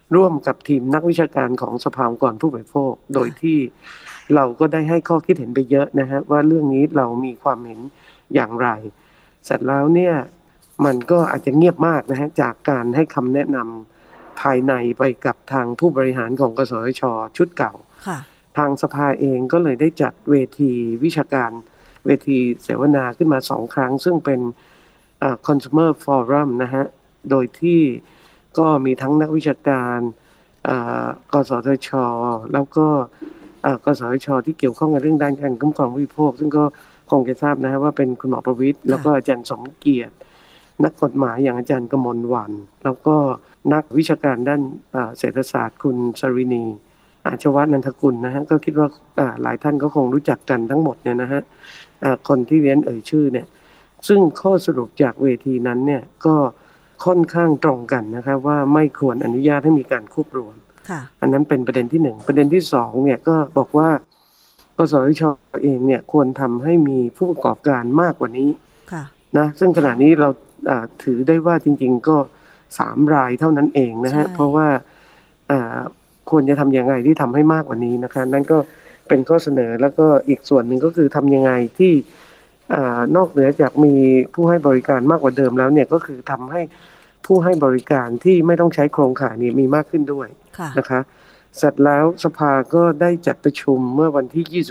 ร่วมกับทีมนักวิชาการของสภาองค์กรผู้บริโภคโดยที่เราก็ได้ให้ข้อคิดเห็นไปเยอะนะฮะว่าเรื่องนี้เรามีความเห็นอย่างไรเสร็จแล้วเนี่ยมันก็อาจจะเงียบมากนะฮะจากการให้คำแนะนำภายในไปกับทางผู้บริหารของกสทช.ชุดเก่าทางสภาเองก็เลยได้จัดเวทีวิชาการเวทีเสวนาขึ้นมา2 ครั้งซึ่งเป็นconsumer forum นะฮะโดยที่ก็มีทั้งนักวิชาการกสทช.แล้วก็กสทช.ที่เกี่ยวข้องกับเรื่องด้านการคุ้มครองผู้บริโภคซึ่งก็คงจะทราบนะฮะว่าเป็นคุณหมอประวิตรแล้วก็อาจารย์สมเกียรตินักกฎหมายอย่างอาจารย์กมลวรรณแล้วก็นักวิชาการด้านเศรษฐศาสตร์คุณสรินีอาชวัฒน์นันทกุลนะฮะก็คิดว่าหลายท่านก็คงรู้จักกันทั้งหมดเนี่ยนะฮะคนที่เรียนชื่อเนี่ยซึ่งข้อสรุปจากเวทีนั้นเนี่ยก็ค่อนข้างตรงกันนะครับว่าไม่ควรอนุญาตให้มีการควบรวมอันนั้นเป็นประเด็นที่1ประเด็นที่2เนี่ยก็บอกว่ากสทช.เองเนี่ยควรทำให้มีผู้ประกอบการมากกว่านี้นะซึ่งขณะนี้เราถือได้ว่าจริงๆก็3 รายเท่านั้นเองนะฮะเพราะว่าควรจะทำยังไงที่ทำให้มากกว่านี้นะคะนั่นก็เป็นข้อเสนอแล้วก็อีกส่วนหนึ่งก็คือทำยังไงที่นอกเหนือจากมีผู้ให้บริการมากกว่าเดิมแล้วเนี่ยก็คือทำให้ผู้ให้บริการที่ไม่ต้องใช้โครงข่ายนี้มีมากขึ้นด้วยนะคะเสร็จแล้วสภาก็ได้จัดประชุมเมื่อวันที่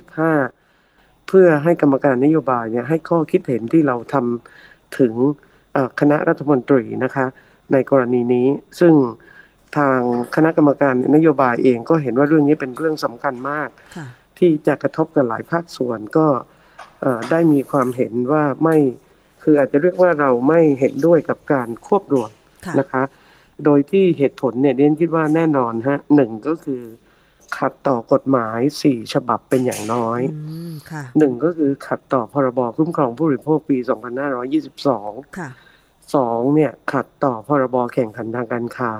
25เพื่อให้กรรมการนโยบายเนี่ยให้ข้อคิดเห็นที่เราทำถึงคณะรัฐมนตรีนะคะในกรณีนี้ซึ่งทางคณะกรรมการนโยบายเองก็เห็นว่าเรื่องนี้เป็นเรื่องสำคัญมากที่จะกระทบกับหลายภาคส่วนก็ได้มีความเห็นว่าไม่คืออาจจะเรียกว่าเราไม่เห็นด้วยกับการควบรวมนะคะโดยที่เหตุผลเนี่ยเรียนคิดว่าแน่นอนฮะ1ก็คือขัดต่อกฎหมาย4 ฉบับเป็นอย่างน้อย1ก็คือขัดต่อพรบคุ้มครองผู้บริโภคปี2522 2เนี่ยขัดต่อพรบแข่งขันทางการค้า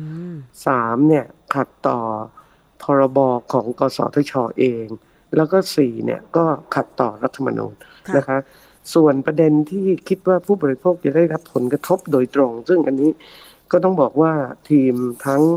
3เนี่ยขัดต่อพรบของกสทช.เองแล้วก็4เนี่ยก็ขัดต่อรัฐธรรมนูญนะคะส่วนประเด็นที่คิดว่าผู้บริโภคจะได้รับผลกระทบโดยตรงซึ่งอันนี้ก็ต้องบอกว่าทีมทั้ง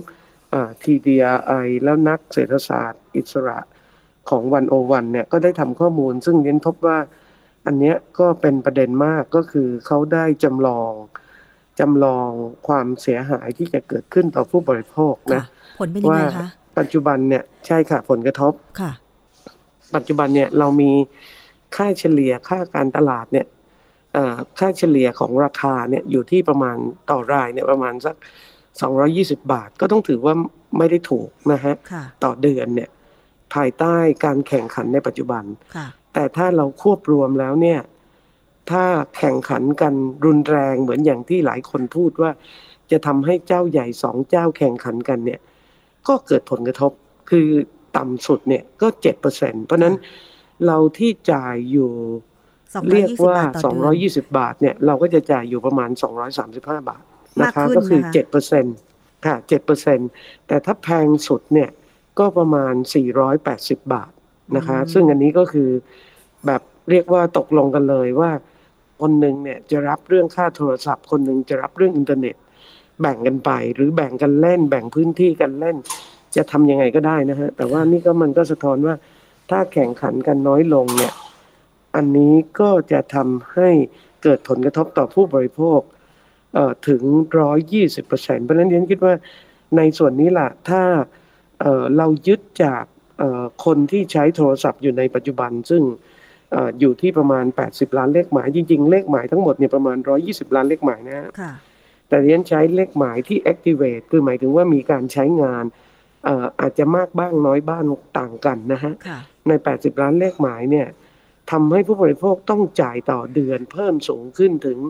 TDRI แล้วนักเศรษฐศาสตร์อิสระของ101เนี่ยก็ได้ทำข้อมูลซึ่งเน้นพบว่าอันเนี้ยก็เป็นประเด็นมากก็คือเขาได้จำลองความเสียหายที่จะเกิดขึ้นต่อผู้บริโภคนะผลเป็นยังไงคะปัจจุบันเนี่ยใช่ค่ะผลกระทบค่ะปัจจุบันเนี่ยเรามีค่าเฉลี่ยค่าการตลาดเนี่ยค่าเฉลี่ยของราคาเนี่ยอยู่ที่ประมาณต่อรายเนี่ยประมาณสัก220 บาทก็ต้องถือว่าไม่ได้ถูกนะฮะต่อเดือนเนี่ยภายใต้การแข่งขันในปัจจุบันแต่ถ้าเราควบรวมแล้วเนี่ยถ้าแข่งขันกันรุนแรงเหมือนอย่างที่หลายคนพูดว่าจะทำให้เจ้าใหญ่2 เจ้าแข่งขันกันเนี่ยก็เกิดผลกระทบคือต่ำสุดเนี่ยก็ 7% เพราะนั้นเราที่จ่ายอยู่เรียกว่า220 บาทเนี่ยเราก็จะจ่ายอยู่ประมาณ235 บาทนะคะก็คือ 7% ค่ะ 7% แต่ถ้าแพงสุดเนี่ยก็ประมาณ480 บาทนะคะซึ่งอันนี้ก็คือแบบเรียกว่าตกลงกันเลยว่าคนหนึ่งเนี่ยจะรับเรื่องค่าโทรศัพท์คนหนึ่งจะรับเรื่องอินเทอร์เน็ตแบ่งกันไปหรือแบ่งกันเล่นแบ่งพื้นที่กันเล่นจะทำยังไงก็ได้นะฮะแต่ว่านี่ก็มันก็สะท้อนว่าถ้าแข่งขันกันน้อยลงเนี่ยอันนี้ก็จะทำให้เกิดผลกระทบต่อผู้บริโภคถึง 120% เพราะฉะนั้นฉันคิดว่าในส่วนนี้ล่ะถ้าเรายึดจากคนที่ใช้โทรศัพท์อยู่ในปัจจุบันซึ่งอยู่ที่ประมาณ80 ล้านเลขหมายจริงๆเลขหมายทั้งหมดเนี่ยประมาณ120 ล้านเลขหมายนะฮะแต่ฉันใช้เลขหมายที่ activate คือหมายถึงว่ามีการใช้งานอาจจะมากบ้างน้อยบ้างต่างกันนะฮะใน80 ล้านเลขหมายเนี่ยทำให้ผู้บริโภคต้องจ่ายต่อเดือนเพิ่มสูงขึ้นถึง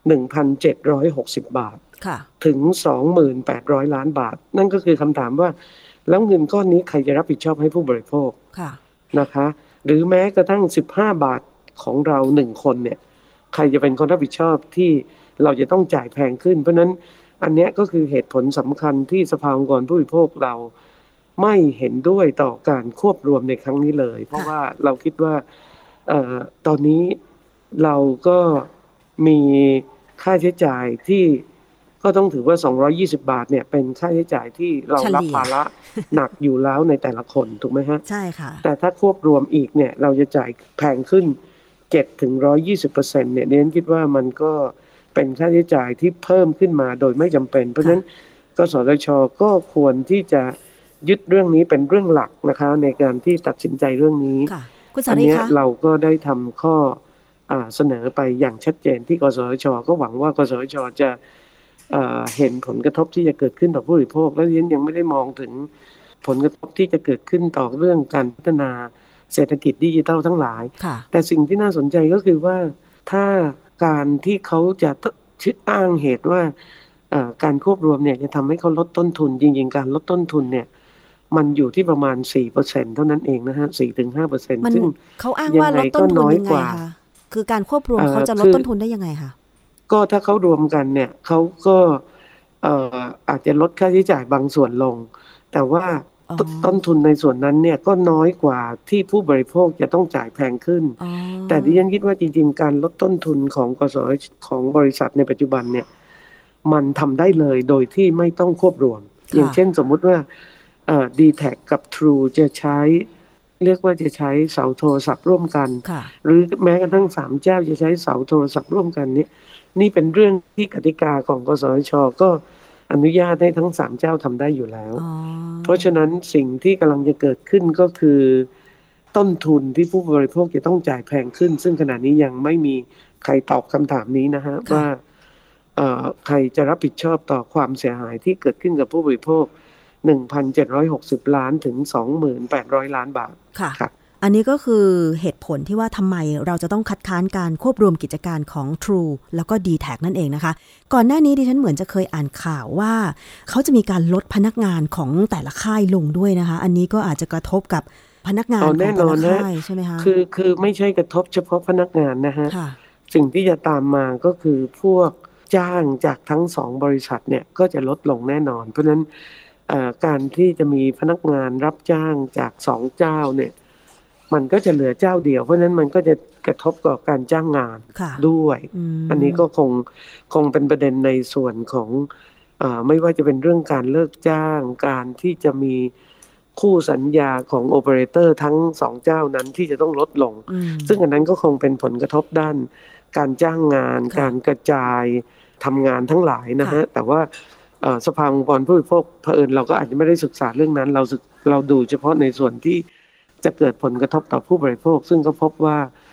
1,760 บาทถึง 2,800 ล้านบาทนั่นก็คือคำถามว่าแล้วเงินก้อนนี้ใครจะรับผิดชอบให้ผู้บริโภคนะคะหรือแม้กระทั่ง15 บาทของเรา1คนเนี่ยใครจะเป็นคนรับผิดชอบที่เราจะต้องจ่ายแพงขึ้นเพราะนั้นอันนี้ก็คือเหตุผลสำคัญที่สภาองค์กรผู้บริโภคเราไม่เห็นด้วยต่อการควบรวมในครั้งนี้เลยเพราะว่าเราคิดว่าตอนนี้เราก็มีค่าใช้จ่ายที่ก็ต้องถือว่า220 บาทเนี่ยเป็นค่าใช้จ่ายที่เรารับภาระหนักอยู่แล้วในแต่ละคนถูกไหมฮะใช่ค่ะแต่ถ้าควบรวมอีกเนี่ยเราจะจ่ายแพงขึ้น 7-120% เนี่ยเน้นคิดว่ามันก็เป็นค่าใช้จ่ายที่เพิ่มขึ้นมาโดยไม่จำเป็นเพราะฉะนั้นกสทช.ก็ควรที่จะยึดเรื่องนี้เป็นเรื่องหลักนะคะในการที่ตัดสินใจเรื่องนี้อันนี้เราก็ได้ทำข้อเสนอไปอย่างชัดเจนที่กสทช.ก็หวังว่ากสทช.จะเห็นผลกระทบที่จะเกิดขึ้นต่อผู้บริโภคและยังไม่ได้มองถึงผลกระทบที่จะเกิดขึ้นต่อเรื่องการพัฒนาเศรษฐกิจดิจิทัลทั้งหลายแต่สิ่งที่น่าสนใจก็คือว่าถ้าการที่เขาจะอ้างเหตุว่าการควบรวมเนี่ยจะทำให้เขาลดต้นทุนจริงๆการลดต้นทุนเนี่ยมันอยู่ที่ประมาณ 4% เท่านั้นเองนะฮะ 4-5% ซึ่งเขาอ้างว่าลดต้นทุนยังไงคะคือการควบรวมเขาจะลดต้นทุนได้ยังไงคะก็ถ้าเขารวมกันเนี่ยเขาก็อาจจะลดค่าใช้จ่ายบางส่วนลงแต่ว่าต้นทุนในส่วนนั้นเนี่ยก็น้อยกว่าที่ผู้บริโภคจะต้องจ่ายแพงขึ้นแต่ดิฉันคิดว่าจริงๆการลดต้นทุนของของบริษัทในปัจจุบันเนี่ยมันทำได้เลยโดยที่ไม่ต้องควบรวมอย่างเช่นสมมุติว่าD-Tag กับ True จะใช้เรียกว่าจะใช้เสาโทรศัพท์ร่วมกันหรือแม้กระทั่ง3เจ้าจะใช้เสาโทรศัพท์ร่วมกันนี่เป็นเรื่องที่กติกาของกสทช.ก็อนุญาตให้ทั้ง3เจ้าทำได้อยู่แล้วเพราะฉะนั้นสิ่งที่กำลังจะเกิดขึ้นก็คือต้นทุนที่ผู้บริโภคจะต้องจ่ายแพงขึ้นซึ่งขณะนี้ยังไม่มีใครตอบคำถามนี้นะฮะว่าใครจะรับผิดชอบต่อความเสียหายที่เกิดขึ้นกับผู้บริโภค 1,760 ล้านถึง 2,800 ล้านบาทค่ะอันนี้ก็คือเหตุผลที่ว่าทำไมเราจะต้องคัดค้านการควบรวมกิจการของ True แล้วก็ D-Tag นั่นเองนะคะก่อนหน้านี้ดิฉันเหมือนจะเคยอ่านข่าวว่าเขาจะมีการลดพนักงานของแต่ละค่ายลงด้วยนะคะอันนี้ก็อาจจะกระทบกับพนักงานของแต่ละค่ายใช่ไหมคะคือไม่ใช่กระทบเฉพาะพนักงานนะฮะสิ่งที่จะตามมาก็คือพวกจ้างจากทั้ง2บริษัทเนี่ยก็จะลดลงแน่นอนเพราะฉะนั้นการที่จะมีพนักงานรับจ้างจาก2เจ้าเนี่ยมันก็จะเหลือเจ้าเดียวเพราะฉะนั้นมันก็จะกระทบกับการจ้างงานด้วยอันนี้ก็คงเป็นประเด็นในส่วนของไม่ว่าจะเป็นเรื่องการเลิกจ้างการที่จะมีคู่สัญญาของโอเปอเรเตอร์ทั้ง2เจ้านั้นที่จะต้องลดลงซึ่งอันนั้นก็คงเป็นผลกระทบด้านการจ้างงานการกระจายทำงานทั้งหลายนะฮะแต่ว่าสภาองค์กรผู้บริโภคเผอิญเราก็อาจจะไม่ได้ศึกษาเรื่องนั้นเราดูเฉพาะในส่วนที่จะเกิดผลกระทบต่อผู้บริโภคซึ่งก็พบว่า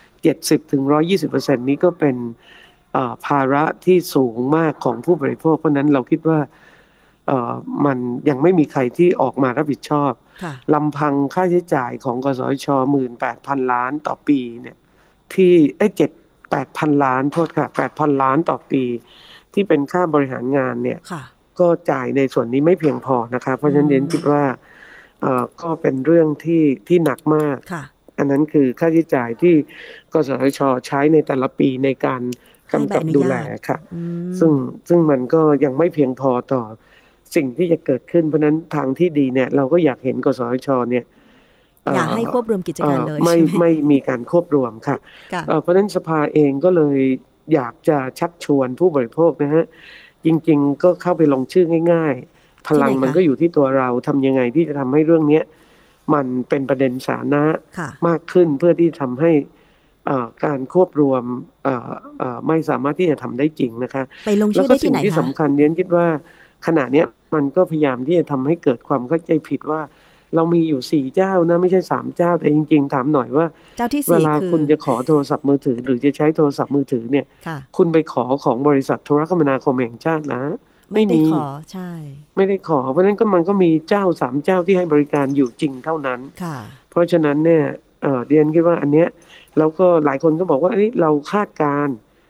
70-120% นี้ก็เป็นภาระที่สูงมากของผู้บริโภคเพราะนั้นเราคิดว่ามันยังไม่มีใครที่ออกมารับผิดชอบลำพังค่าใช้จ่ายของกสทช. 18,000 ล้านต่อปีเนี่ยที่8,000 ล้านโทษค่ะ 8,000 ล้านต่อปีที่เป็นค่าบริหารงานเนี่ยก็จ่ายในส่วนนี้ไม่เพียงพอนะคะเพราะฉะนั้นเรียนคิดว่าก็เป็นเรื่องที่หนักมากอันนั้นคือค่าใช้จ่ายที่กสทช.ใช้ในแต่ละปีในการกำกับดูแลค่ะซึ่งมันก็ยังไม่เพียงพอต่อสิ่งที่จะเกิดขึ้นเพราะนั้นทางที่ดีเนี่ยเราก็อยากเห็นกสทช.เนี่ยอยากให้ควบรวมกิจการเลยไม่มีการควบรวมค่ะเพราะนั้นสภาเองก็เลยอยากจะชักชวนผู้บริโภคนะฮะจริงๆก็เข้าไปลงชื่อง่ายๆพลังมันก็อยู่ที่ตัวเราทำยังไงที่จะทำให้เรื่องนี้มันเป็นประเด็นสาธารณะมากขึ้นเพื่อที่ทำให้การควบรวมไม่สามารถที่จะทำได้จริงนะคะไปลงชื่อได้ที่ไหนคะแล้วก็สิ่งที่สำคัญเรียนคิดว่าขณะนี้มันก็พยายามที่จะทำให้เกิดความเข้าใจผิดว่าเรามีอยู่4เจ้านะไม่ใช่3เจ้าแต่จริงๆถามหน่อยว่าเวลาคุณจะขอโทรศัพท์มือถือหรือจะใช้โทรศัพท์มือถือเนี่ยคุณไปขอของบริษัทโทรคมนาคมแห่งชาตินะไม่ได้ขอใช่ไม่ได้ขอเพราะฉะนั้นมันก็มีเจ้า3เจ้าที่ให้บริการอยู่จริงเท่านั้นเพราะฉะนั้นเนี่ยเรียนคิดว่าอันเนี้ยแล้วก็หลายคนก็บอกว่าเราคาดการ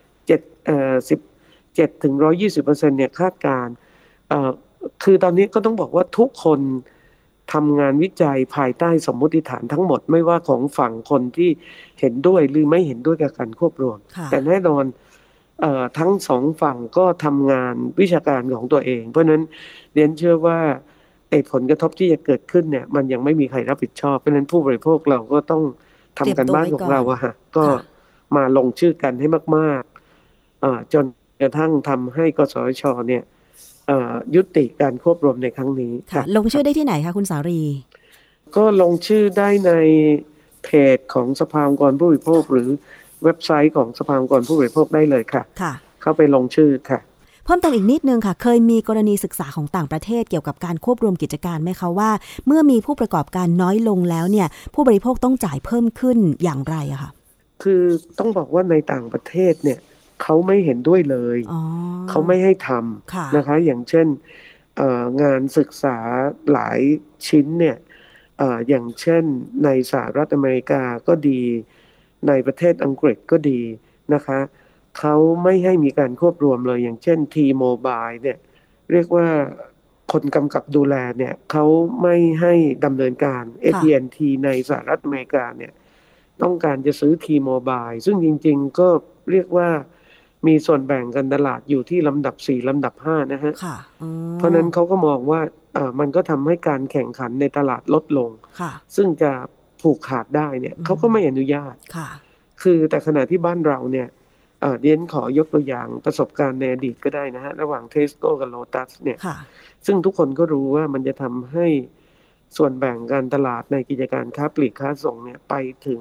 17-120% เนี่ยคาดการคือตอนนี้ก็ต้องบอกว่าทุกคนทำงานวิจัยภายใต้สมมติฐานทั้งหมดไม่ว่าของฝั่งคนที่เห็นด้วยหรือไม่เห็นด้วยกับการควบรวมแต่แน่นอนทั้งสองฝั่งก็ทำงานวิชาการของตัวเองเพราะนั้นเรียนเชื่อว่าผลกระทบที่จะเกิดขึ้นเนี่ยมันยังไม่มีใครรับผิดชอบเพราะนั้นผู้บริโภคเราก็ต้องทำกันบ้านของเราก็มาลงชื่อกันให้มากๆจนกระทั่งทำให้กสทช.เนี่ยยุติการควบรวมในครั้งนี้ค่ะลงชื่อได้ที่ไหนคะคุณสารีก็ลงชื่อได้ในเพจของสภาองค์กรผู้บริโภคหรือเว็บไซต์ของสภาองค์กรผู้บริโภคได้เลยค่ะเข้าไปลงชื่อค่ะเพิ่มเติมอีกนิดนึงค่ะเคยมีกรณีศึกษาของต่างประเทศเกี่ยวกับการควบรวมกิจการไหมคะว่าเมื่อมีผู้ประกอบการน้อยลงแล้วเนี่ยผู้บริโภคต้องจ่ายเพิ่มขึ้นอย่างไรอะค่ะคือต้องบอกว่าในต่างประเทศเนี่ยเขาไม่เห็นด้วยเลยเขาไม่ให้ทำนะคะอย่างเช่นงานศึกษาหลายชิ้นเนี่ยอย่างเช่นในสหรัฐอเมริกาก็ดีในประเทศอังกฤษก็ดีนะคะเขาไม่ให้มีการควบรวมเลยอย่างเช่น T-Mobile เนี่ยเรียกว่าคนกำกับดูแลเนี่ยเขาไม่ให้ดำเนินการ AT&T ในสหรัฐอเมริกาเนี่ยต้องการจะซื้อ T-Mobile ซึ่งจริงๆก็เรียกว่ามีส่วนแบ่งกันตลาดอยู่ที่ลำดับ4ลำดับ5นะฮะเพราะนั้นเขาก็มองว่ามันก็ทำให้การแข่งขันในตลาดลดลงซึ่งจะผูกขาดได้เนี่ยเขาก็ไม่อนุญาตคือแต่ขณะที่บ้านเราเนี่ยเรียนขอยกตัวอย่างประสบการณ์ในอดีตก็ได้นะฮะระหว่าง Tesco กับ Lotus เนี่ยซึ่งทุกคนก็รู้ว่ามันจะทำให้ส่วนแบ่งการตลาดในกิจการค้าปลีกค้าส่งเนี่ยไปถึง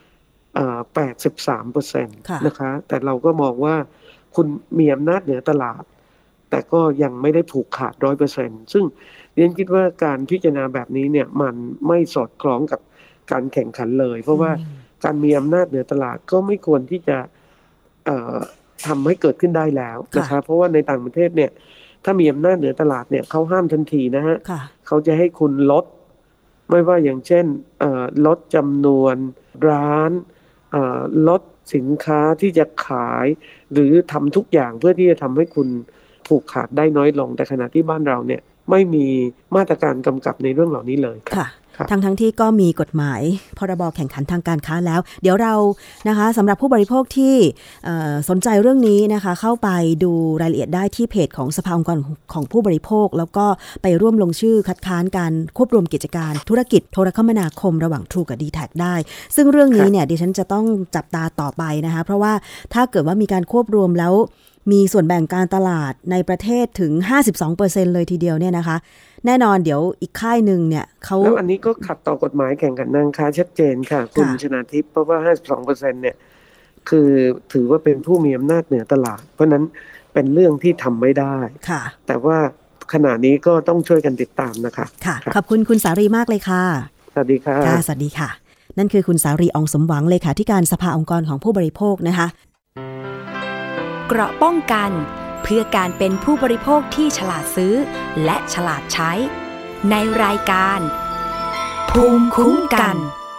83% นะคะแต่เราก็มองว่าคุณมีอำนาจเหนือตลาดแต่ก็ยังไม่ได้ผูกขาด 100% ซึ่งเรียนคิดว่าการพิจารณาแบบนี้เนี่ยมันไม่สอดคล้องกับการแข่งขันเลยเพราะว่าการมีอำนาจเหนือตลาดก็ไม่ควรที่จะทำให้เกิดขึ้นได้แล้วนะคะเพราะว่าในต่างประเทศเนี่ยถ้ามีอำนาจเหนือตลาดเนี่ยเขาห้ามทันทีนะฮะเขาจะให้คุณลดไม่ว่าอย่างเช่นลดจำนวนร้านลดสินค้าที่จะขายหรือทำทุกอย่างเพื่อที่จะทำให้คุณผูกขาดได้น้อยลงแต่ขณะที่บ้านเราเนี่ยไม่มีมาตรการกำกับในเรื่องเหล่านี้เลยค่ะทั้งที่ก็มีกฎหมายพรบแข่งขันทางการค้าแล้วเดี๋ยวเรานะคะสำหรับผู้บริโภคที่สนใจเรื่องนี้นะคะเข้าไปดูรายละเอียดได้ที่เพจของสภาองค์กรของผู้บริโภคแล้วก็ไปร่วมลงชื่อคัดค้านการควบรวมกิจการธุรกิจโทรคมนาคมระหว่าง True กับ D-Tag ได้ซึ่งเรื่องนี้เนี่ยดิฉันจะต้องจับตาต่อไปนะคะเพราะว่าถ้าเกิดว่ามีการควบรวมแล้วมีส่วนแบ่งการตลาดในประเทศถึง 52% เลยทีเดียวเนี่ยนะคะแน่นอนเดี๋ยวอีกค่ายหนึ่งเนี่ยเขาแล้วอันนี้ก็ขัดต่อกฎหมายแข่งขันทางค้าชัดเจนค่ะคุณชนาทิพย์เพราะว่า 52% เนี่ยคือถือว่าเป็นผู้มีอำนาจเหนือตลาดเพราะนั้นเป็นเรื่องที่ทำไม่ได้แต่ว่าขณะนี้ก็ต้องช่วยกันติดตามนะคะค่ะขอบคุณคุณสารีมากเลยค่ะสวัสดีค่ะสวัสดีค่ะนั่นคือคุณสารีอองสมหวังเลขาธิการสภาองค์กรของผู้บริโภคนะคะเกราะป้องกันเพื่อการเป็นผู้บริโภคที่ฉลาดซื้อและฉลาดใช้ในรายการภูมิคุ้มกัน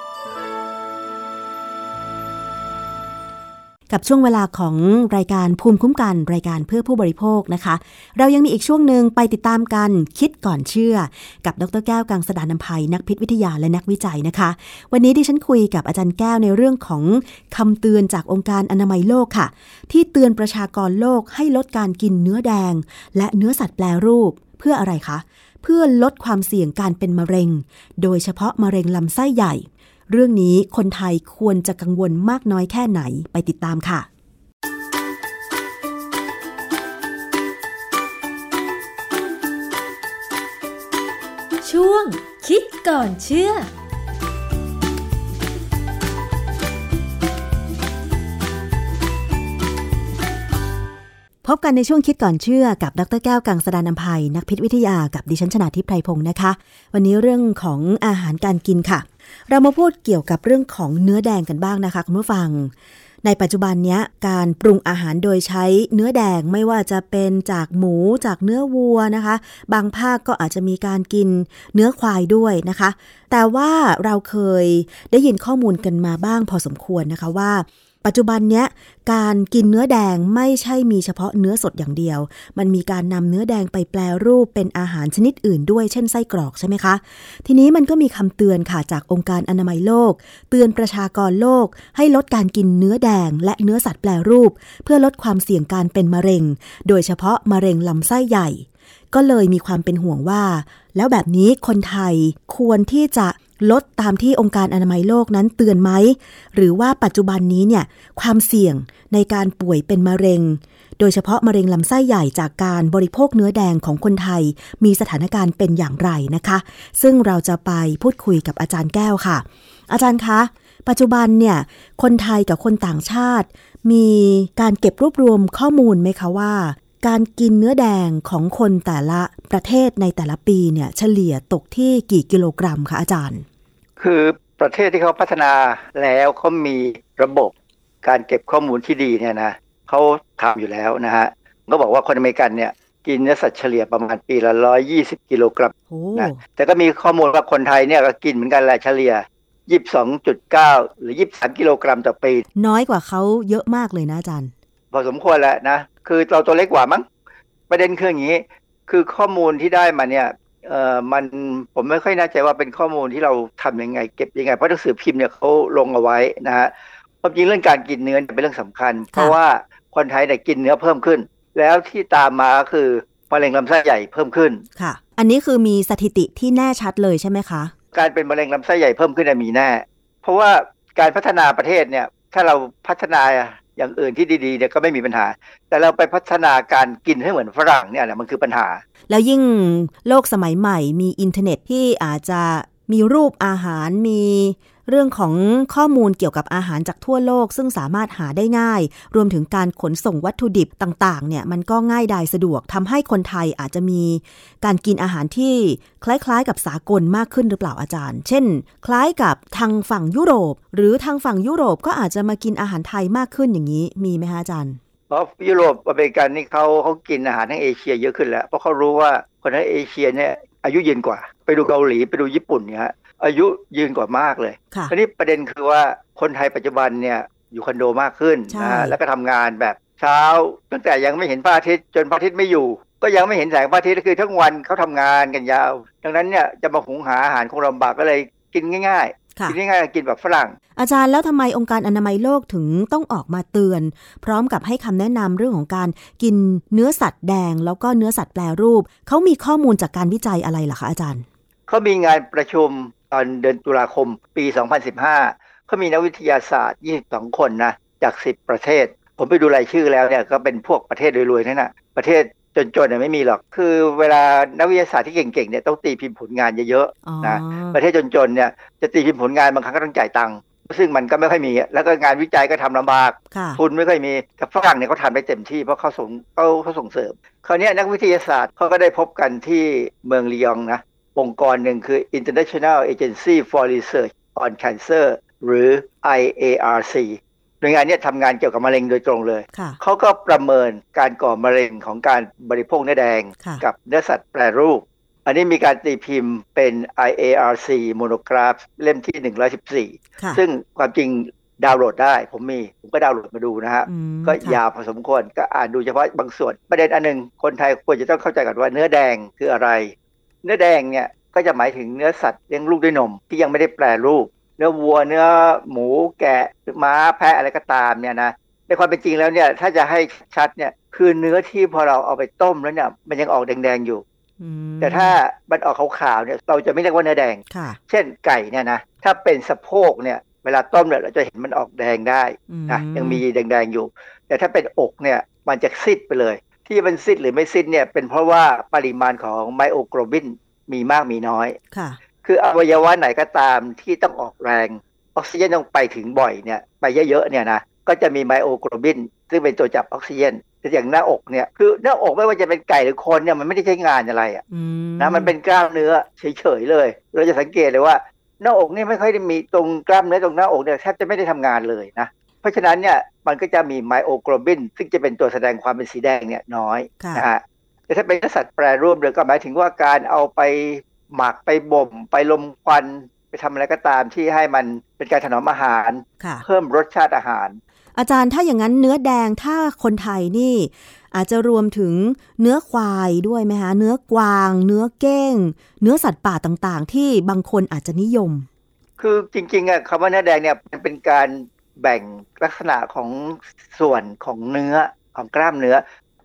กับช่วงเวลาของรายการภูมิคุ้มกันรายการเพื่อผู้บริโภคนะคะเรายังมีอีกช่วงหนึ่งไปติดตามกันคิดก่อนเชื่อกับดร.แก้วกังสดาลอำไพนักพิษวิทยาและนักวิจัยนะคะวันนี้ดิฉันคุยกับอาจารย์แก้วในเรื่องของคำเตือนจากองค์การอนามัยโลกค่ะที่เตือนประชากรโลกให้ลดการกินเนื้อแดงและเนื้อสัตว์แปรรูปเพื่ออะไรคะเพื่อลดความเสี่ยงการเป็นมะเร็งโดยเฉพาะมะเร็งลำไส้ใหญ่เรื่องนี้คนไทยควรจะกังวลมากน้อยแค่ไหนไปติดตามค่ะช่วงคิดก่อนเชื่อพบกันในช่วงคิดก่อนเชื่อกับดร.แก้วกังสดาลอำไพนักพิษวิทยากับดิฉันชนาทิพย์ไพรพงศ์นะคะวันนี้เรื่องของอาหารการกินค่ะเรามาพูดเกี่ยวกับเรื่องของเนื้อแดงกันบ้างนะคะคุณผู้ฟังในปัจจุบันนี้การปรุงอาหารโดยใช้เนื้อแดงไม่ว่าจะเป็นจากหมูจากเนื้อวัวนะคะบางภาคก็อาจจะมีการกินเนื้อควายด้วยนะคะแต่ว่าเราเคยได้ยินข้อมูลกันมาบ้างพอสมควรนะคะว่าปัจจุบันเนี้ยการกินเนื้อแดงไม่ใช่มีเฉพาะเนื้อสดอย่างเดียวมันมีการนำเนื้อแดงไปแปรรูปเป็นอาหารชนิดอื่นด้วยเช่นไส้กรอกใช่ไหมคะทีนี้มันก็มีคำเตือนค่ะจากองค์การอนามัยโลกเตือนประชากรโลกให้ลดการกินเนื้อแดงและเนื้อสัตว์แปรรูปเพื่อลดความเสี่ยงการเป็นมะเร็งโดยเฉพาะมะเร็งลำไส้ใหญ่ก็เลยมีความเป็นห่วงว่าแล้วแบบนี้คนไทยควรที่จะลดตามที่องค์การอนามัยโลกนั้นเตือนไหมหรือว่าปัจจุบันนี้เนี่ยความเสี่ยงในการป่วยเป็นมะเร็งโดยเฉพาะมะเร็งลำไส้ใหญ่จากการบริโภคเนื้อแดงของคนไทยมีสถานการณ์เป็นอย่างไรนะคะซึ่งเราจะไปพูดคุยกับอาจารย์แก้วค่ะอาจารย์คะปัจจุบันเนี่ยคนไทยกับคนต่างชาติมีการเก็บรวบรวมข้อมูลไหมคะว่าการกินเนื้อแดงของคนแต่ละประเทศในแต่ละปีเนี่ยเฉลี่ยตกที่กี่กิโลกรัมคะอาจารย์คือประเทศที่เขาพัฒนาแล้วเขามีระบบการเก็บข้อมูลที่ดีเนี่ยนะเขาทำอยู่แล้วนะฮะก็บอกว่าคนอเมริกันเนี่ยกินเนื้อสัตว์เฉลี่ยประมาณปีละ120กิโลกรัมนะแต่ก็มีข้อมูลว่าคนไทยเนี่ยก็กินเหมือนกันแหละเฉลี่ย 22.9 หรือ 23กิโลกรัมต่อปีน้อยกว่าเขาเยอะมากเลยนะอาจารย์พอสมควรแล้วนะคือเราตัวเล็กกว่ามั้งประเด็นคืออย่างนี้คือข้อมูลที่ได้มาเนี่ยมันผมไม่ค่อยแน่ใจว่าเป็นข้อมูลที่เราทำยังไงเก็บยังไงเพราะหนังสือพิมพ์เนี่ยเขาลงเอาไว้นะฮะความจริงเรื่องการกินเนื้อเป็นเรื่องสำคัญเพราะว่าคนไทยเนี่ยกินเนื้อเพิ่มขึ้นแล้วที่ตามมาก็คือมะเร็งลำไส้ใหญ่เพิ่มขึ้นค่ะอันนี้คือมีสถิติที่แน่ชัดเลยใช่ไหมคะการเป็นมะเร็งลำไส้ใหญ่เพิ่มขึ้นมีแน่เพราะว่าการพัฒนาประเทศเนี่ยถ้าเราพัฒนาอย่างอื่นที่ดีๆเนี่ยก็ไม่มีปัญหาแต่เราไปพัฒนาการกินให้เหมือนฝรั่งเนี่ยแหละมันคือปัญหาแล้วยิ่งโลกสมัยใหม่มีอินเทอร์เน็ตที่อาจจะมีรูปอาหารมีเรื่องของข้อมูลเกี่ยวกับอาหารจากทั่วโลกซึ่งสามารถหาได้ง่ายรวมถึงการขนส่งวัตถุดิบต่างๆเนี่ยมันก็ง่ายดายสะดวกทำให้คนไทยอาจจะมีการกินอาหารที่คล้ายๆกับสากลมากขึ้นหรือเปล่าอาจารย์เช่นคล้ายกับทางฝั่งยุโรปหรือทางฝั่งยุโรปก็อาจจะมากินอาหารไทยมากขึ้นอย่างนี้มีไหมคะอาจารย์เพราะยุโรปอเมริกันนี่เขากินอาหารทั้งเอเชียเยอะขึ้นแล้วเพราะเขารู้ว่าคนในเอเชียเนี่ยอายุยืนกว่าไปดูเกาหลีไปดูญี่ปุ่นเนี่ยอายุยืนกว่ามากเลยทีนี้ประเด็นคือว่าคนไทยปัจจุบันเนี่ยอยู่คอนโดมากขึ้นนะแล้วก็ทำงานแบบเช้าตั้งแต่ยังไม่เห็นพระอาทิตย์จนพระอาทิตย์ไม่อยู่ก็ยังไม่เห็นแสงพระอาทิตย์คือทั้งวันเขาทำงานกันยาวดังนั้นเนี่ยจะมาหุงหาอาหารคงลำบากก็เลยกินง่ายๆกินง่ายๆกินแบบฝรั่งอาจารย์แล้วทำไมองค์การอนามัยโลกถึงต้องออกมาเตือนพร้อมกับให้คำแนะนำเรื่องของการกินเนื้อสัตว์แดงแล้วก็เนื้อสัตว์แปรรูปเขามีข้อมูลจากการวิจัยอะไรล่ะคะอาจารย์เขามีงานประชุมตอนเดือนตุลาคมปี 2015เขามีนักวิทยาศาสตร์22คนนะจาก10ประเทศผมไปดูรายชื่อแล้วเนี่ยก็เป็นพวกประเทศรวยๆนั่นน่ะประเทศจนๆเนี่ยไม่มีหรอกคือเวลานักวิทยาศาสตร์ที่เก่งๆเนี่ยต้องตีพิมพ์ผลงานเยอะๆนะประเทศจนๆเนี่ยจะตีพิมพ์ผลงานบางครั้งก็ต้องจ่ายตังค์ซึ่งมันก็ไม่ค่อยมีแล้วก็งานวิจัยก็ทำลำบากทุนไม่ค่อยมีแต่ฝรั่งเนี่ยเขาทำได้เต็มที่เพราะเขาส่งเสริมคราวนี้นักวิทยาศาสตร์เขาก็ได้พบกันที่เมืองลียงนะองค์กรหนึ่งคือ International Agency for Research on Cancer หรือ IARC หน่วยงานนี้ทำงานเกี่ยวกับมะเร็งโดยตรงเลยเขาก็ประเมินการก่อมะเร็งของการบริโภคเนื้อแดงกับเนื้อสัตว์แปรรูปอันนี้มีการตีพิมพ์เป็น IARC Monograph เล่มที่114ซึ่งความจริงดาวน์โหลดได้ผมก็ดาวน์โหลดมาดูนะฮะก็ยาวพอสมควรก็อ่านดูเฉพาะบางส่วนประเด็นอันนึงคนไทยควรจะต้องเข้าใจก่อนว่าเนื้อแดงคืออะไรเนื้อแดงเนี่ยก็จะหมายถึงเนื้อสัตว์เลี้ยงลูกด้วยนมที่ยังไม่ได้แปรรูปเนื้อวัวเนื้อหมูแกะม้าแพะอะไรก็ตามเนี่ยนะในความเป็นจริงแล้วเนี่ยถ้าจะให้ชัดเนี่ยคือเนื้อที่พอเราเอาไปต้มแล้วเนี่ยมันยังออกแดงๆอยู่แต่ถ้ามันออกขาวๆเนี่ยเราจะไม่เรียกว่าเนื้อแดงเช่นไก่เนี่ยนะถ้าเป็นสะโพกเนี่ยเวลาต้มเนี่ยเราจะเห็นมันออกแดงได้นะยังมีแดงๆอยู่แต่ถ้าเป็นอกเนี่ยมันจะซีดไปเลยที่มันซีดหรือไม่ซีดเนี่ยเป็นเพราะว่าปริมาณของไมโอโกลบินมีมากมีน้อยคืออวัยวะไหนก็ตามที่ต้องออกแรงออกซิเจนต้องไปถึงบ่อยเนี่ยไปเยอะๆเนี่ยนะก็จะมีไมโอโกลบินซึ่งเป็นตัวจับออกซิเจนแต่อย่างหน้าอกเนี่ยคือหน้าอกไม่ว่าจะเป็นไก่หรือคนเนี่ยมันไม่ได้ใช้งานอะไรอ่ะนะมันเป็นกล้ามเนื้อเฉยๆเลยเราจะสังเกตเลยว่าหน้าอกนี่ไม่ค่อยได้มีตรงกล้ามเนื้อตรงหน้าอกเนี่ยแทบจะไม่ได้ทำงานเลยนะเพราะฉะนั้นเนี่ยมันก็จะมีไมโอโกลบินซึ่งจะเป็นตัวแสดงความเป็นสีแดงเนี่ยน้อยนะฮะแต่ถ้าเป็นสัตว์แปรรูปเลยก็หมายถึงว่าการเอาไปหมักไปบ่มไปลมควันไปทำอะไรก็ตามที่ให้มันเป็นการถนอมอาหารเพิ่มรสชาติอาหารอาจารย์ถ้าอย่างนั้นเนื้อแดงถ้าคนไทยนี่อาจจะรวมถึงเนื้อควายด้วยไหมคะเนื้อกวางเนื้อเก้งเนื้อสัตว์ป่าต่างๆที่บางคนอาจจะนิยมคือจริงๆอ่ะคำว่าเนื้อแดงเนี่ยมันเป็นการแบ่งลักษณะของส่วนของเนื้อของกล้ามเนื้อ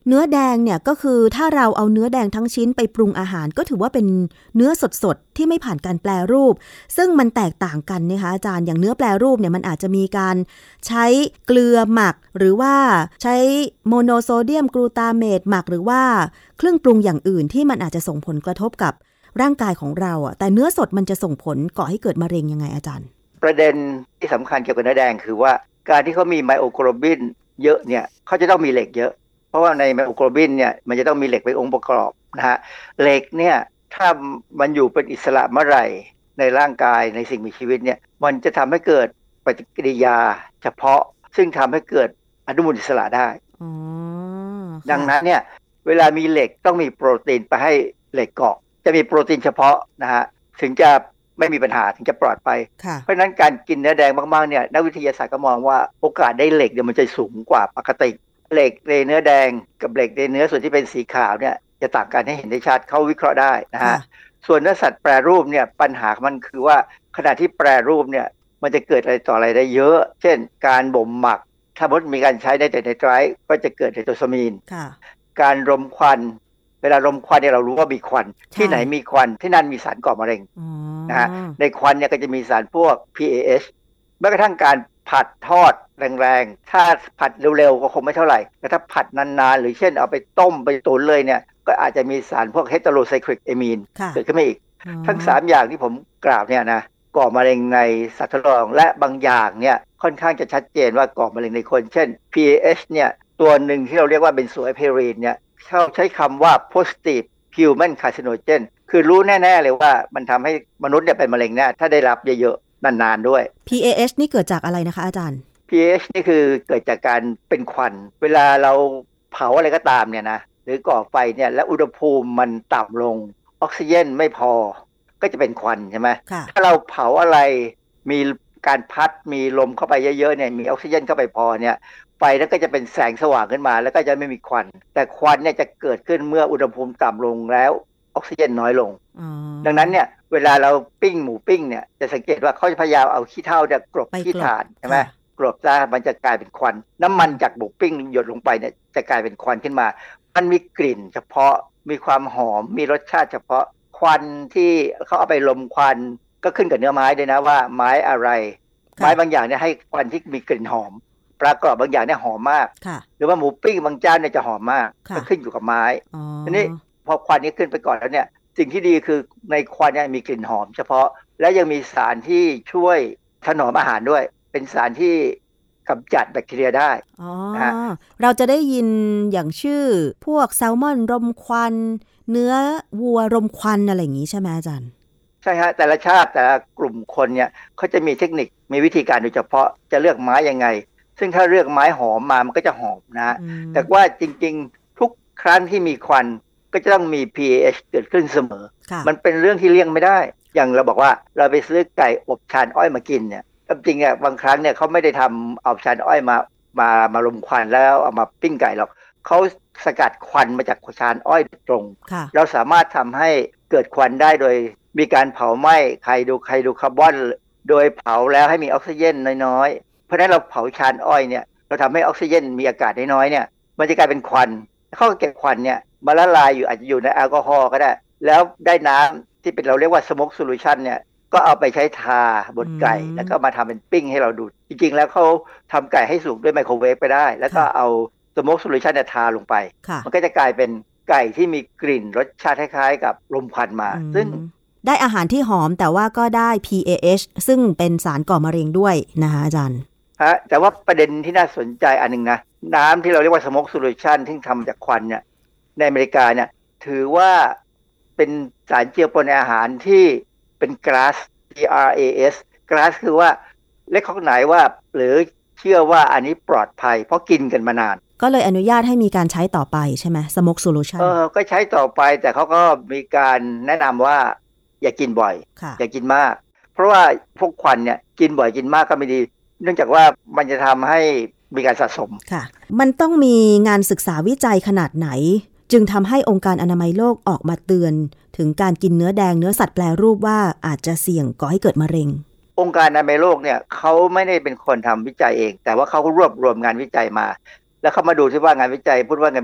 เนื้อแดงเนี่ยก็คือถ้าเราเอาเนื้อแดงทั้งชิ้นไปปรุงอาหารก็ถือว่าเป็นเนื้อสดๆที่ไม่ผ่านการแปรรูปซึ่งมันแตกต่างกันนะคะอาจารย์อย่างเนื้อแปรรูปเนี่ยมันอาจจะมีการใช้เกลือหมักหรือว่าใช้โมโนโซเดียมกลูตาเมตหมักหรือว่าเครื่องปรุงอย่างอื่นที่มันอาจจะส่งผลกระทบกับร่างกายของเราอ่ะแต่เนื้อสดมันจะส่งผลก่อให้เกิดมะเร็งยังไงอาจารย์ประเด็นที่สำคัญเกี่ยวกับเนื้อแดงคือว่าการที่เขามีไมโอโกลบินเยอะเนี่ยเขาจะต้องมีเหล็กเยอะเพราะว่าในไมโอโกลบินเนี่ยมันจะต้องมีเหล็กเป็นองค์ประกอบนะฮะเหล็กเนี่ยถ้ามันอยู่เป็นอิสระเมื่อไหร่ในร่างกายในสิ่งมีชีวิตเนี่ยมันจะทำให้เกิดปฏิกิริยาเฉพาะซึ่งทำให้เกิดอนุมูลอิสระได้ดังนั้นเนี่ยเวลามีเหล็กต้องมีโปรตีนไปให้เหล็กเกาะจะมีโปรตีนเฉพาะนะฮะถึงจะไม่มีปัญหาถึงจะปลอดภัยเพราะฉะนั้นการกินเนื้อแดงมากๆเนี่ยนักวิทยาศาสตร์ก็มองว่าโอกาสได้เหล็กเนี่ยมันจะสูงกว่าปกติเหล็กในเนื้อแดงกับเหล็กในเนื้อส่วนที่เป็นสีขาวเนี่ยจะต่างกันให้เห็นได้ชัดเขาวิเคราะห์ได้นะฮะส่วนเนื้อสัตว์แปรรูปเนี่ยปัญหามันคือว่าขณะที่แปรรูปเนี่ยมันจะเกิดอะไรต่ออะไรได้เยอะเช่นการบ่มหมักถ้าสมมติมีการใช้ไนไตรท์ก็จะเกิดไนโตซามีนการรมควันเวลารมควันเนี่ยเรารู้ว่ามีควันที่ไหนมีควันที่นั่นมีสารก่อมะเร็งนะฮะในควันเนี่ยก็จะมีสารพวก PAH แม้กระทั่งการผัดทอดแรงๆถ้าผัดเร็วๆก็คงไม่เท่าไหร่แต่ถ้าผัดนานๆหรือเช่นเอาไปต้มไปตุ๋นเลยเนี่ยก็อาจจะมีสารพวกเฮตโรไซคลิกเอมีนเกิดขึ้นมาอีกทั้ง3อย่างที่ผมกล่าวเนี่ยนะก่อมะเร็งในสัตว์ทดลองและบางอย่างเนี่ยค่อนข้างจะชัดเจนว่าก่อมะเร็งในคนเช่น PAH เนี่ยตัวหนึ่งที่เราเรียกว่าเบนโซเอพิรีนเนี่ยเขาใช้คำว่า positive human carcinogen คือรู้แน่ๆเลยว่ามันทำให้มนุษย์เนี่ยเป็นมะเร็งแน่ถ้าได้รับเยอะๆนานๆด้วย PAH นี่เกิดจากอะไรนะคะอาจารย์ PAH นี่คือเกิดจากการเป็นควันเวลาเราเผาอะไรก็ตามเนี่ยนะหรือก่อไฟเนี่ยและอุณหภูมิมันต่ำลงออกซิเจนไม่พอก็จะเป็นควันใช่ไหมถ้าเราเผาอะไรมีการพัดมีลมเข้าไปเยอะๆเนี่ยมีออกซิเจนเข้าไปพอเนี่ยไฟนั้นก็จะเป็นแสงสว่างขึ้นมาแล้วก็จะไม่มีควันแต่ควันเนี่ยจะเกิดขึ้นเมื่ออุณหภูมิต่ำลงแล้วออกซิเจนน้อยลงดังนั้นเนี่ยเวลาเราปิ้งหมูปิ้งเนี่ยจะสังเกตว่าเขาจะพยายามเอาขี้เถ้าเนี่ยกลบขี้ถ่านใช่ไหมกลบซะมันจะกลายเป็นควันน้ำมันจากหมูปิ้งหยดลงไปเนี่ยจะกลายเป็นควันขึ้นมามันมีกลิ่นเฉพาะมีความหอมมีรสชาติเฉพาะควันที่เขาเอาไปลมควันก็ขึ้นกับเนื้อไม้ด้วยนะว่าไม้อะไรไม้บางอย่างเนี่ยให้ควันที่มีกลิ่นหอมปลากรอบบางอย่างเนี่ยหอมมากหรือว่าหมูปิ้งบางเจ้าเนี่ยจะหอมมากก็ขึ้นอยู่กับไม้ทีนี้พอควันนี้ขึ้นไปก่อนแล้วเนี่ยสิ่งที่ดีคือในควันเนี่ยมีกลิ่นหอมเฉพาะและยังมีสารที่ช่วยถนอมอาหารด้วยเป็นสารที่กำจัดแบคทีเรียได้เราจะได้ยินอย่างชื่อพวกแซลมอนรมควันเนื้อวัวรมควันอะไรอย่างนี้ใช่ไหมอาจารย์ใช่ฮะแต่ละชาติแต่ละกลุ่มคนเนี่ยเขาจะมีเทคนิคมีวิธีการโดยเฉพาะจะเลือกไม้ยังไงซึ่งถ้าเลือกไม้หอมมามันก็จะหอมนะแต่ว่าจริงๆทุกครั้งที่มีควันก็จะต้องมี PAH เกิดขึ้นเสมอมันเป็นเรื่องที่เลี่ยงไม่ได้อย่างเราบอกว่าเราไปซื้อไก่อบชานอ้อยมากินเนี่ยจริงๆบางครั้งเนี่ยเขาไม่ได้ทำเอาชานอ้อยมาลมควันแล้วเอามาปิ้งไก่หรอกเขาสกัดควันมาจากชานอ้อยตรงเราสามารถทำให้เกิดควันได้โดยมีการเผาไหม้ไฮโดรคาร์บอนโดยเผาแล้วให้มีออกซิเจนน้อยๆเพราะฉะนั้นเราเผาชานอ้อยเนี่ยเราทำให้ออกซิเจนมีอากาศน้อยๆเนี่ยมันจะกลายเป็นควันเข้าเก็บควันเนี่ยมาละลายอยู่อาจจะอยู่ในแอลกอฮอล์ก็ได้แล้วได้น้ำที่เป็นเราเรียกว่า smoke solution เนี่ยก็เอาไปใช้ทาบนไก่แล้วก็มาทำเป็นปิ้งให้เราดูจริงๆแล้วเขาทำไก่ให้สุกด้วยไมโครเวฟไปได้แล้วก็เอา smoke solution เนี่ยทาลงไปมันก็จะกลายเป็นไก่ที่มีกลิ่นรสชาติคล้ายๆกับลมควันมาซึ่งได้อาหารที่หอมแต่ว่าก็ได้ PAH ซึ่งเป็นสารก่อมะเร็งด้วยนะคะอาจารย์แต่ว่าประเด็นที่น่าสนใจอันนึงนะน้ำที่เราเรียกว่า smoke solution ที่ทำจากควันเนี่ยในอเมริกาเนี่ยถือว่าเป็นสารเจือปนในอาหารที่เป็น GRAS GRAS คือว่าเล็กของไหนว่าหรือเชื่อว่าอันนี้ปลอดภัยเพราะกินกันมานานก็เลยอนุญาตให้มีการใช้ต่อไปใช่ไหม smoke solution ก็ใช้ต่อไปแต่เขาก็มีการแนะนำว่าอย่ากินบ่อยอย่ากินมากเพราะว่าพวกควันเนี่ยกินบ่อยกินมากก็ไม่ดีเนื่องจากว่ามันจะทำให้มีการสะสมค่ะมันต้องมีงานศึกษาวิจัยขนาดไหนจึงทำให้องค์การอนามัยโลกออกมาเตือนถึงการกินเนื้อแดงเนื้อสัตว์แปรรูปว่าอาจจะเสี่ยงก่อให้เกิดมะเร็งองค์การอนามัยโลกเนี่ยเขาไม่ได้เป็นคนทำวิจัยเองแต่ว่าเขารวบรวมงานวิจัยมาแล้วเขามาดูที่ว่างานวิจัยพูดว่าไงบ้าง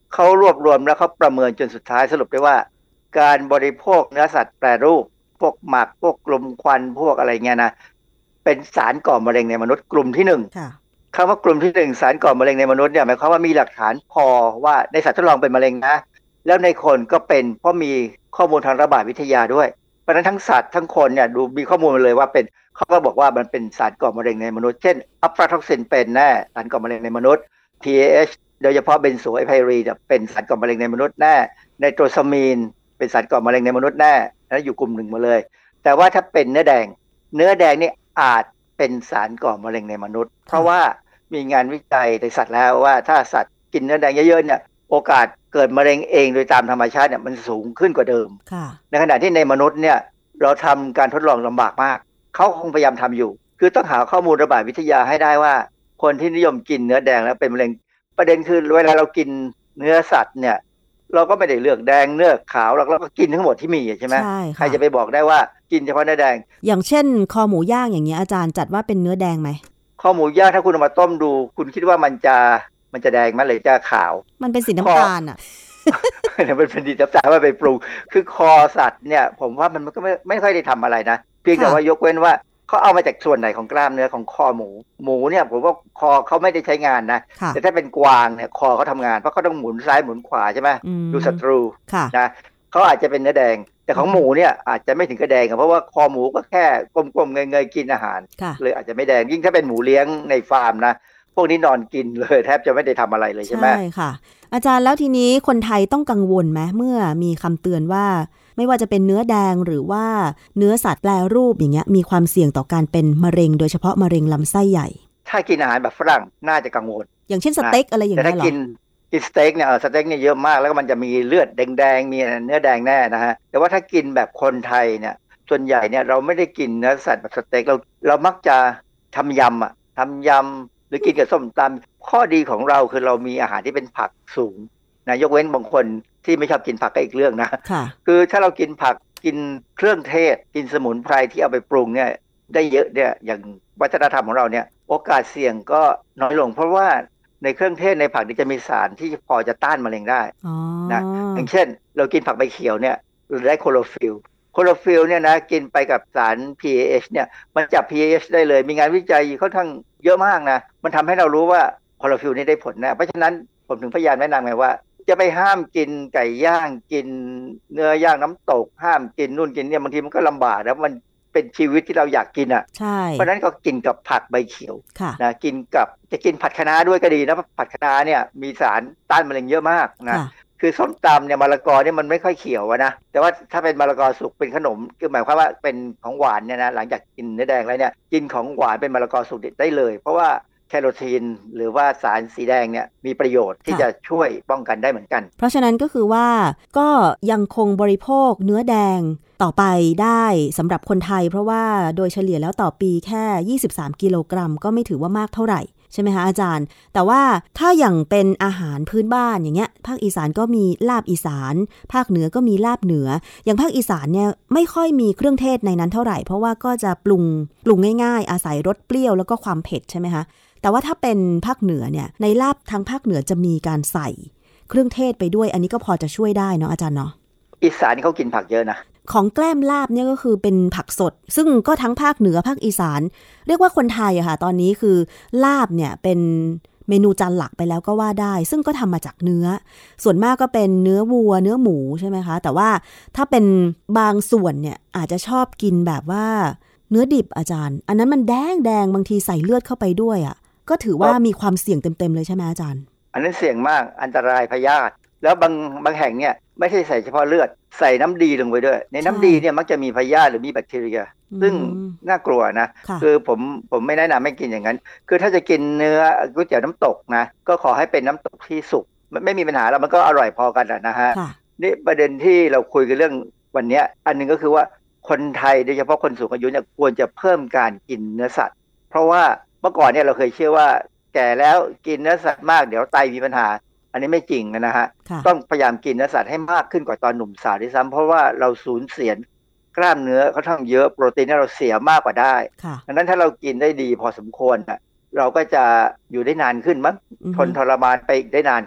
เขารวบรวมแล้วเขาประเมินจนสุดท้ายสรุปได้ว่าการบริโภคเนื้อสัตว์แปรรูปพวกหมักพวกลมควันพวกอะไรเงี้ยนะเป็นสารก่อมะเร็งในมนุษย์กลุ่มที่หนึ่งคำว่ากลุ่มที่หนึ่งสารก่อมะเร็งในมนุษย์เนี่ยหมายความว่ามีหลักฐานพอว่าในสัตว์ทดลองเป็นมะเร็งนะแล้วในคนก็เป็นเพราะมีข้อมูลทางระบาดวิทยาด้วยเพราะฉะนั้นทั้งสัตว์ทั้งคนเนี่ยดูมีข้อมูลมาเลยว่าเป็นเขาก็บอกว่ามันเป็นสารก่อมะเร็งในมนุษย์เช่นอัลฟาท็อกซินเป็นแน่สารก่อมะเร็งในมนุษย์ PAH โดยเฉพาะเบนโซไอไพรีนเป็นสารก่อมะเร็งในมนุษย์แน่ไนโตรซามีนเป็นสารก่อมะเร็งในมนุษย์แน่แล้วอยู่กลุ่มหนึ่งมาเลยแต่ว่าถ้าเป็นเนื้อแดงนี่อาจเป็นสารก่อมะเร็งในมนุษย์เพราะว่ามีงานวิจัยในสัตว์แล้วว่าถ้าสัตว์กินเนื้อแดงเยอะๆเนี่ยโอกาสเกิดมะเร็งเองโดยตามธรรมชาติเนี่ยมันสูงขึ้นกว่าเดิมในขณะที่ในมนุษย์เนี่ยเราทำการทดลองลำบากมากเขาคงพยายามทำอยู่คือต้องหาข้อมูลระบาดวิทยาให้ได้ว่าคนที่นิยมกินเนื้อแดงแล้วเป็นมะเร็งประเด็นคือเวลาเรากินเนื้อสัตว์เนี่ยเราก็ไม่ได้เลือกแดงเลือกขาวเราก็กินทั้งหมดที่มีใช่ไหมใครจะไปบอกได้ว่ากินเฉพาะเนื้อแดงอย่างเช่นคอหมูย่างอย่างเงี้ยอาจารย์จัดว่าเป็นเนื้อแดงไหมคอหมูย่างถ้าคุณเอามาต้มดูคุณคิดว่ามันจะแดงไหมหรือจะขาวมันเป็นสีน้ำตาลอ่ะมันเป็นสีน้ำตาลว่าไปปรุงคือคอสัตว์เนี่ยผมว่ามันก็ไม่ค่อยได้ทำอะไรนะเพียงแต่ว่ายกเว้นว่าเขาเอามาจากส่วนไหนของกล้ามเนื้อของคอหมูเนี่ยผมว่าคอเขาไม่ได้ใช้งานนะแต่ถ้าเป็นกวางเนี่ยคอเขาทำงานเพราะเขาต้องหมุนซ้ายหมุนขวาใช่ไหมดูศัตรูนะเขาอาจจะเป็นเนื้อแดงแต่ของหมูเนี่ยอาจจะไม่ถึงกระแดงเพราะว่าคอหมูก็แค่กลมๆเงยๆกินอาหารเลยอาจจะไม่แดงยิ่งถ้าเป็นหมูเลี้ยงในฟาร์มนะพวกนี้นอนกินเลยแทบจะไม่ได้ทำอะไรเลยใช่ไหมใช่ค่ะอาจารย์แล้วทีนี้คนไทยต้องกังวลไหมเมื่อมีคำเตือนว่าไม่ว่าจะเป็นเนื้อแดงหรือว่าเนื้อสัตว์แปรรูปอย่างเงี้ยมีความเสี่ยงต่อการเป็นมะเร็งโดยเฉพาะมะเร็งลำไส้ใหญ่ถ้ากินอาหารแบบฝรั่งน่าจะกังวลอย่างเช่นสเต็กอะไรอย่างเงี้ยหรอแต่ถ้ากินสเต็กเนี่ยสเต็กเนี่ยเยอะมากแล้วก็มันจะมีเลือดแดงๆมีเนื้อแดงแน่นะฮะแต่ว่าถ้ากินแบบคนไทยเนี่ยส่วนใหญ่เนี่ยเราไม่ได้กินเนื้อสัตว์แบบสเต็กเรามักจะทำยำหรือกินกับส้มตำข้อดีของเราคือเรามีอาหารที่เป็นผักสูงนะยกเว้นบางคนที่ไม่ชอบกินผักก็อีกเรื่องนะคือถ้าเรากินผักกินเครื่องเทศกินสมุนไพรที่เอาไปปรุงเนี่ยได้เยอะเนี่ยอย่างวัฒนธรรมของเราเนี่ยโอกาสเสี่ยงก็น้อยลงเพราะว่าในเครื่องเทศในผักนี่จะมีสารที่พอจะต้านมะเร็งได้นะอย่างเช่นเรากินผักใบเขียวเนี่ยเราได้โคโรฟิลเนี่ยนะกินไปกับสาร PAH เนี่ยมันจับ PAH ได้เลยมีงานวิจัยค่อนข้างเยอะมากนะมันทำให้เรารู้ว่าโคโรฟิลนี่ได้ผลนะเพราะฉะนั้นผมถึงพยายามแนะนำไงว่าจะไปห้ามกินไก่ย่างกินเนื้อย่างน้ำตกห้ามกินนู่นกินเนี่ยบางทีมันก็ลำบากแล้วมันเป็นชีวิตที่เราอยากกินอ่ะเพราะนั้นก็กินกับผักใบเขียวนะกินกับจะกินผัดคะน้าด้วยก็ดีนะผัดคะน้าเนี่ยมีสารต้านมะเร็งเยอะมากนะคือส้มตำเนี่ยมะละกอเนี่ยมันไม่ค่อยเขียวนะแต่ว่าถ้าเป็นมะละกอสุกเป็นขนมคือหมายความว่าเป็นของหวานเนี่ยนะหลังจากกินเนื้อแดงแล้วเนี่ยกินของหวานเป็นมะละกอสุกได้เลยเพราะว่าแคโรทีนหรือว่าสารสีแดงเนี่ยมีประโยชน์ที่จะช่วยป้องกันได้เหมือนกันเพราะฉะนั้นก็คือว่าก็ยังคงบริโภคเนื้อแดงต่อไปได้สำหรับคนไทยเพราะว่าโดยเฉลี่ยแล้วต่อปีแค่23กิโลกรัมก็ไม่ถือว่ามากเท่าไหร่ใช่ไหมคะอาจารย์แต่ว่าถ้าอย่างเป็นอาหารพื้นบ้านอย่างเงี้ยภาคอีสานก็มีลาบอีสานภาคเหนือก็มีลาบเหนืออย่างภาคอีสานเนี่ยไม่ค่อยมีเครื่องเทศในนั้นเท่าไหร่เพราะว่าก็จะปรุงง่ายๆอาศัยรสเปรี้ยวแล้วก็ความเผ็ดใช่ไหมคะแต่ว่าถ้าเป็นภาคเหนือเนี่ยในลาบทางภาคเหนือจะมีการใส่เครื่องเทศไปด้วยอันนี้ก็พอจะช่วยได้เนาะอาจารย์เนาะอีสานเขากินผักเยอะนะของแกล้มลาบเนี่ยก็คือเป็นผักสดซึ่งก็ทั้งภาคเหนือภาคอีสานเรียกว่าคนไทยอะค่ะตอนนี้คือลาบเนี่ยเป็นเมนูจานหลักไปแล้วก็ว่าได้ซึ่งก็ทำมาจากเนื้อส่วนมากก็เป็นเนื้อวัวเนื้อหมูใช่ไหมคะแต่ว่าถ้าเป็นบางส่วนเนี่ยอาจจะชอบกินแบบว่าเนื้อดิบอาจารย์อันนั้นมันแดงบางทีใส่เลือดเข้าไปด้วยอะก็ถือว่ามีความเสี่ยงเต็มๆเลยใช่ไหมอาจารย์อันนั้นเสี่ยงมากอันตรายพยาธิแล้วบางแห่งเนี่ยไม่ใช่ใส่เฉพาะเลือดใส่น้ำดีลงไปด้วยในน้ำดีเนี่ยมักจะมีพยาธิหรือมีแบคทีเรียซึ่งน่ากลัวนะคือผมไม่แนะนำให้กินอย่างนั้นคือถ้าจะกินเนื้อก๋วยเตี๋ยวน้ำตกนะก็ขอให้เป็นน้ำตกที่สุกไม่มีปัญหาแล้วมันก็อร่อยพอกันนะฮะนี่ประเด็นที่เราคุยกันเรื่องวันนี้อันนึงก็คือว่าคนไทยโดยเฉพาะคนสูงอายุเนี่ยควรจะเพิ่มการกินเนื้อสัตว์เพราะว่าเมื่อก่อนเนี่ยเราเคยเชื่อว่าแก่แล้วกินเนื้อสัตว์มากเดี๋ยวไตมีปัญหาอันนี้ไม่จริงนะฮะต้องพยายามกินเนื้อสัตว์ให้มากขึ้นกว่าตอนหนุ่มสาวด้วยซ้ำเพราะว่าเราสูญเสียกล้ามเนื้อค่อนข้างเยอะโปรตีนเราเสียมากกว่าได้ดังนั้นถ้าเรากินได้ดีพอสมควรเราก็จะอยู่ได้นานขึ้นมั้งทนทรมานไปได้นานขึ้น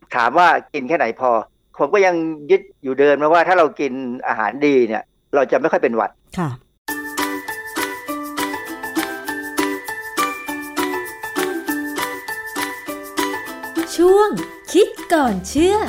ถามว่ากินแค่ไหนพอผมก็ยังยึดอยู่เดิมนะว่าถ้าเรากินอาหารดีเนี่ยเราจะไม่ค่อยเป็นหวัดค่ะช่วงคิดก่อนเชื่อ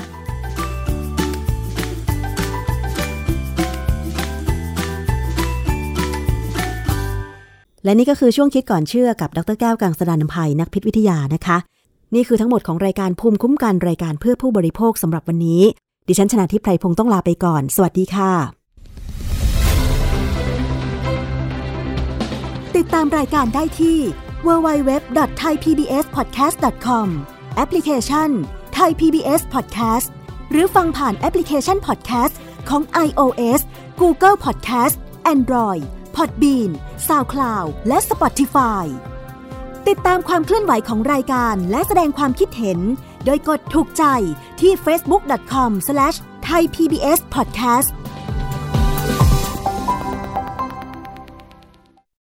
และนี่ก็คือช่วงคิดก่อนเชื่อกับดร.แก้วกังสดาลอำไพนักพิษวิทยานะคะนี่คือทั้งหมดของรายการภูมิคุ้มกันรายการเพื่อผู้บริโภคสำหรับวันนี้ดิฉันชนาธิป ไพรพงศ์ต้องลาไปก่อนสวัสดีค่ะติดตามรายการได้ที่ www.thaipbspodcast.com แอปพลิเคชัน Thai PBS Podcast หรือฟังผ่านแอปพลิเคชัน Podcast ของ iOS Google Podcast Android Podbean SoundCloud และ Spotify ติดตามความเคลื่อนไหวของรายการและแสดงความคิดเห็นโดยกดถูกใจที่ facebook.com/thaipbspodcast